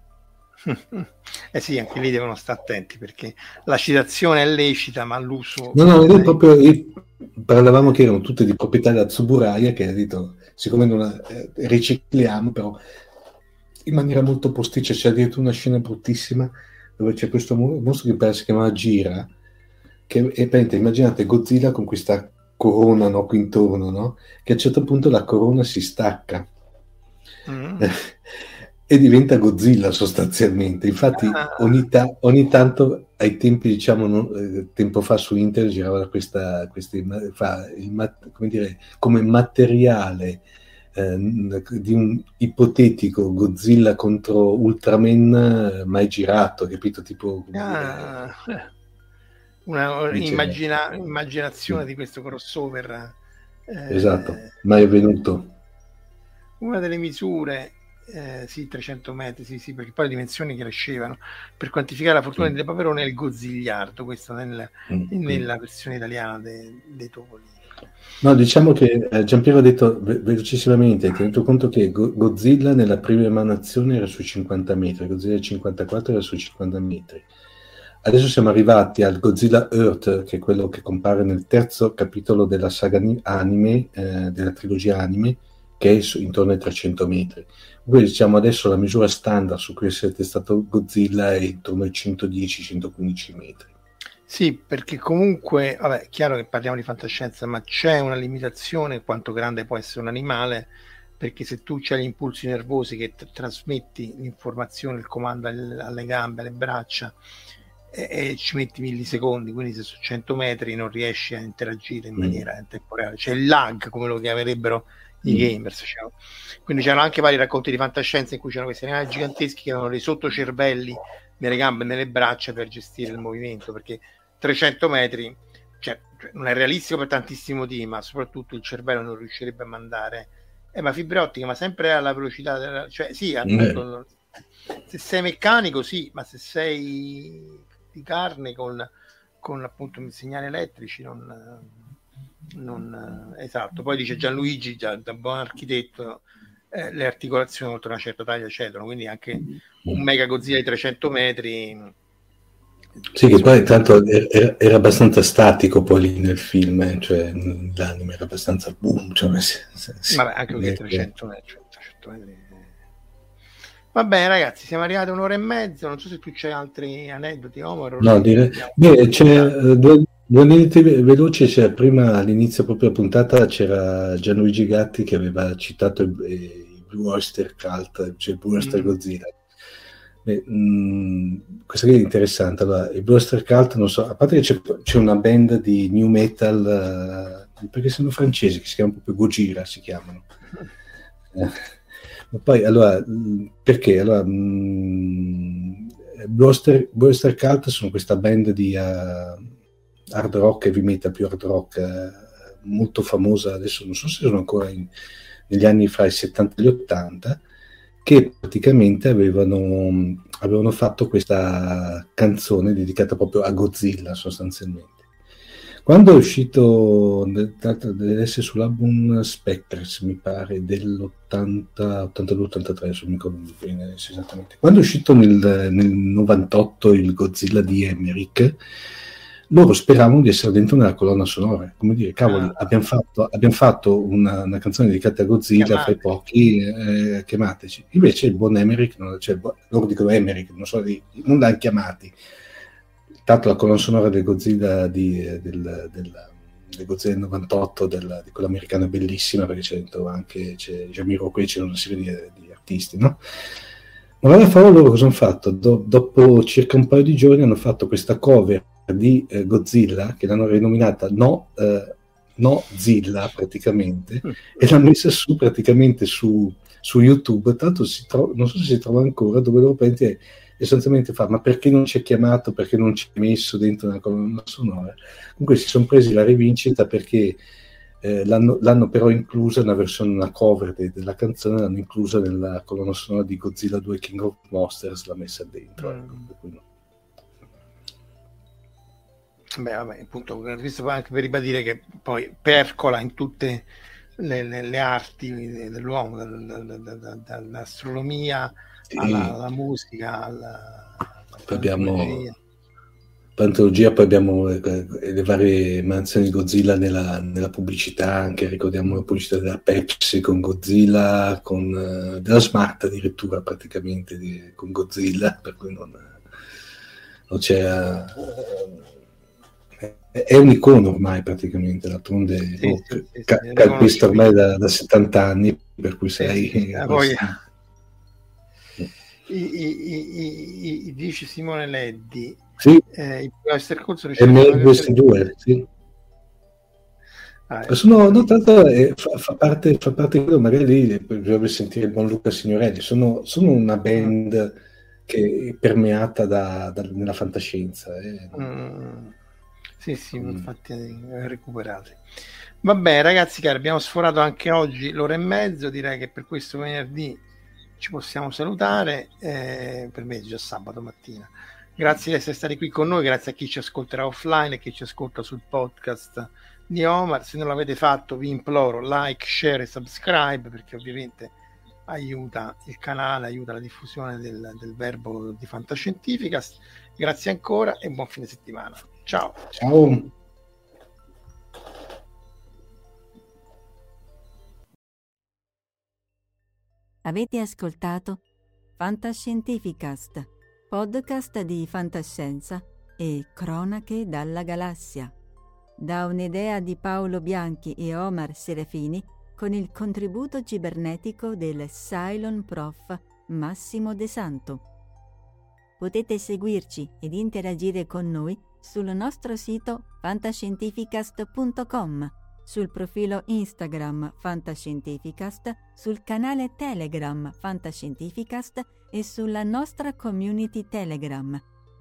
Eh sì, anche lì devono stare attenti perché la citazione è lecita, ma l'uso...
No, no, lì proprio lì parlavamo che erano tutte di proprietà da Tsuburaya, che ha detto, siccome non eh, ricicliamo, però in maniera molto posticcia. C'è addirittura una scena bruttissima dove c'è questo mostro che si chiamava Gira, che è, penite, immaginate Godzilla con questa corona, no, qui intorno, no? Che a un certo punto la corona si stacca. Mm. E diventa Godzilla sostanzialmente. Infatti ogni, ta- ogni tanto ai tempi, diciamo, non, eh, tempo fa su internet girava questa, questa fa il mat- come dire, come materiale eh, di un ipotetico Godzilla contro Ultraman eh, mai girato, capito? Tipo come
ah,
dire,
una
dice,
immagina- immaginazione mm. di questo crossover.
Eh, esatto, mai avvenuto.
Una delle misure Eh, sì, trecento metri, sì, sì, perché poi le dimensioni crescevano. Per quantificare la fortuna mm. delle Paperone è il Gozigliardo, questo nel, mm. nella versione italiana dei de Topolini.
No, diciamo che eh, Giampiero ha detto ve- velocissimamente, tenuto conto che Go- Godzilla nella prima emanazione era sui cinquanta metri, Godzilla cinquantaquattro era sui cinquanta metri. Adesso siamo arrivati al Godzilla Earth, che è quello che compare nel terzo capitolo della saga anime, eh, della trilogia anime, che è su, intorno ai trecento metri. Quindi diciamo adesso la misura standard su cui è testato Godzilla è intorno ai centodieci centoquindici metri.
Sì, perché comunque, vabbè, è chiaro che parliamo di fantascienza, ma c'è una limitazione quanto grande può essere un animale, perché se tu c'hai gli impulsi nervosi che t- trasmetti l'informazione, il comando alle, alle gambe, alle braccia, e, e ci metti millisecondi, quindi se su cento metri non riesci a interagire in maniera mm. temporale, c'è il lag, come lo chiamerebbero i gamers, diciamo. Quindi c'erano anche vari racconti di fantascienza in cui c'erano questi animali giganteschi che avevano dei sottocervelli nelle gambe e nelle braccia per gestire il movimento, perché trecento metri, cioè, non è realistico per tantissimi motivi, ma soprattutto il cervello non riuscirebbe a mandare eh, ma fibra ottica, ma sempre alla velocità della, cioè sì, appunto, mm. se sei meccanico sì, ma se sei di carne con, con appunto segnali elettrici non, non esatto. Poi dice Gianluigi, già da buon architetto, eh, le articolazioni oltre una certa taglia cedono, quindi anche un Mega Godzilla di trecento metri.
Sì, che poi tanto era, era abbastanza statico poi lì nel film, eh, cioè l'anime era abbastanza boom, cioè, sì, sì,
vabbè, anche perché trecento metri, trecento metri. Va bene ragazzi, siamo arrivati a un'ora e mezza, non so se tu c'hai altri aneddoti, Omar.
No, dire... Beh, c'è uh, due, due aneddoti veloci, c'è prima all'inizio proprio della puntata c'era Gianluigi Gatti che aveva citato il, il Blue Oyster Cult, cioè il Blue Oyster mm. Godzilla. Beh, mh, questo qui è interessante. Allora, il Blue Oyster Cult, non so, a parte che c'è, c'è una band di new metal, uh, perché sono francesi, che si chiamano proprio Gojira, si chiamano. Eh. Ma poi, allora, perché? Allora, mh, Blue Oyster, Blue Oyster Cult sono questa band di uh, hard rock, heavy metal, più hard rock, uh, molto famosa, adesso non so se sono ancora in, negli anni fra i settanta e gli ottanta, che praticamente avevano, avevano fatto questa canzone dedicata proprio a Godzilla sostanzialmente. Quando è uscito, deve essere sull'album Spectres, mi pare, dell'ottanta, ottantadue ottantatré, non mi ricordo bene esattamente. Quando è uscito nel, nel novantotto il Godzilla di Emmerich, loro speravano di essere dentro nella colonna sonora, come dire, cavoli, ah. abbiamo fatto, abbiamo fatto una, una canzone dedicata a Godzilla, chiamate. Fra i pochi, eh, chiamateci. Invece il buon Emmerich, non, cioè, loro dicono Emmerich, non so, non l'hanno chiamati. Tanto la colonna sonora del Godzilla di, del, del, del Godzilla del novantotto, del, di quello americano, è bellissima, perché c'è dentro anche, c'è Jamiroquai, c'è una serie di, di artisti, no? Ma vado a fare loro cosa hanno fatto? Do, dopo circa un paio di giorni hanno fatto questa cover di eh, Godzilla, che l'hanno rinominata No, eh, no Zilla praticamente, mm. e l'hanno messa su praticamente su, su YouTube, tanto si tro- non so se si trova ancora, dove loro praticamente essenzialmente fa, ma perché non ci ha chiamato, perché non ci ha messo dentro una colonna sonora? Comunque si sono presi la rivincita perché eh, l'hanno, l'hanno però inclusa una versione, una cover de, della canzone, l'hanno inclusa nella colonna sonora di Godzilla due King of Monsters, l'ha messa dentro. Mm. Ecco, no.
Beh, vabbè, appunto, questo anche per ribadire che poi percola in tutte le, le, le arti dell'uomo, dall'astronomia sì. alla, alla musica, alla, alla
abbiamo pantologia, poi abbiamo le, le varie mansioni di Godzilla nella, nella pubblicità, anche ricordiamo la pubblicità della Pepsi con Godzilla, con uh, della Smart addirittura praticamente di, con Godzilla, per cui non, non c'è uh, è un'icona ormai praticamente, d'altronde sì, oh, sì, sì, ca- sì, calpista ormai da, da settanta anni, per cui sei sì, sì,
poi i, i, i, i dice Simone Leddi
sì.
eh, i Master Course
e me questi due sì. Ah, sono, no, tanto eh, fa, fa parte fa parte di quello, magari lì bisognerebbe sentire il buon Luca Signorelli, sono, sono una band che è permeata da, da, nella fantascienza eh.
mm. Sì, sì, mm. infatti recuperati. Vabbè, ragazzi cari, abbiamo sforato anche oggi l'ora e mezzo, direi che per questo venerdì ci possiamo salutare, eh, per me è già sabato mattina. Grazie di essere stati qui con noi, grazie a chi ci ascolterà offline e chi ci ascolta sul podcast di Omar. Se non l'avete fatto vi imploro like, share e subscribe, perché ovviamente aiuta il canale, aiuta la diffusione del, del verbo di Fantascientificast. Grazie ancora e buon fine settimana. Ciao.
Ciao.
Avete ascoltato Fantascientificast, podcast di fantascienza e cronache dalla galassia. Da un'idea di Paolo Bianchi e Omar Serafini, con il contributo cibernetico del Cylon Prof Massimo De Santo. Potete seguirci ed interagire con noi sul nostro sito fantascientificast punto com, sul profilo Instagram Fantascientificast, sul canale Telegram Fantascientificast e sulla nostra community Telegram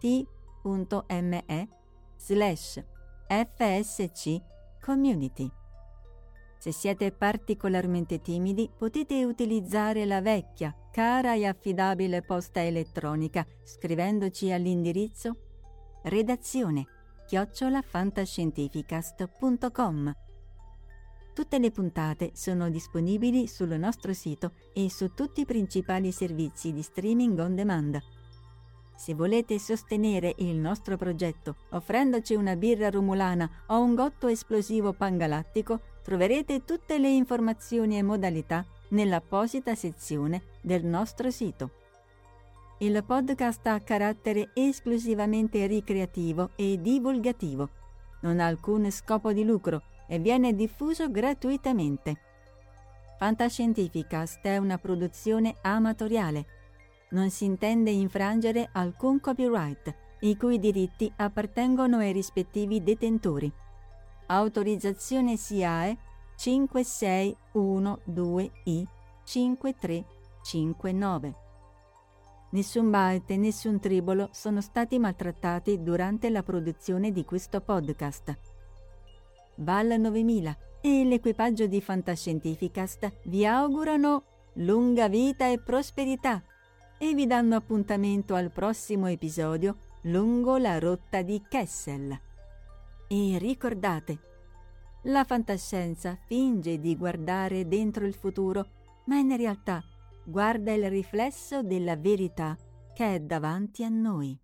t.me slash fsc community. Se siete particolarmente timidi, potete utilizzare la vecchia, cara e affidabile posta elettronica scrivendoci all'indirizzo redazione chiocciola fantascientificast punto com. Tutte le puntate sono disponibili sul nostro sito e su tutti i principali servizi di streaming on demand. Se volete sostenere il nostro progetto offrendoci una birra rumulana o un gotto esplosivo pangalattico, troverete tutte le informazioni e modalità nell'apposita sezione del nostro sito. Il podcast ha carattere esclusivamente ricreativo e divulgativo. Non ha alcun scopo di lucro e viene diffuso gratuitamente. Fantascientificast è una produzione amatoriale. Non si intende infrangere alcun copyright, i cui diritti appartengono ai rispettivi detentori. Autorizzazione S I A E cinque sei uno due I cinque tre cinque nove. Nessun byte e nessun tribolo sono stati maltrattati durante la produzione di questo podcast. Val novemila e l'equipaggio di Fantascientificast vi augurano lunga vita e prosperità e vi danno appuntamento al prossimo episodio lungo la rotta di Kessel. E ricordate, la fantascienza finge di guardare dentro il futuro, ma in realtà guarda il riflesso della verità che è davanti a noi.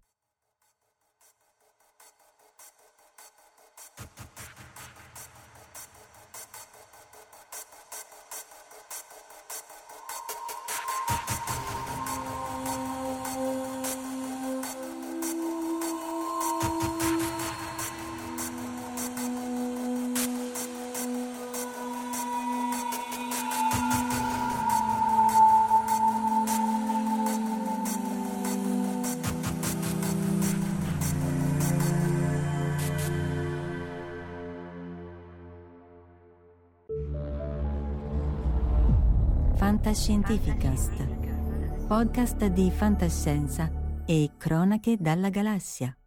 Fantascientificast, podcast di fantascienza e cronache dalla galassia.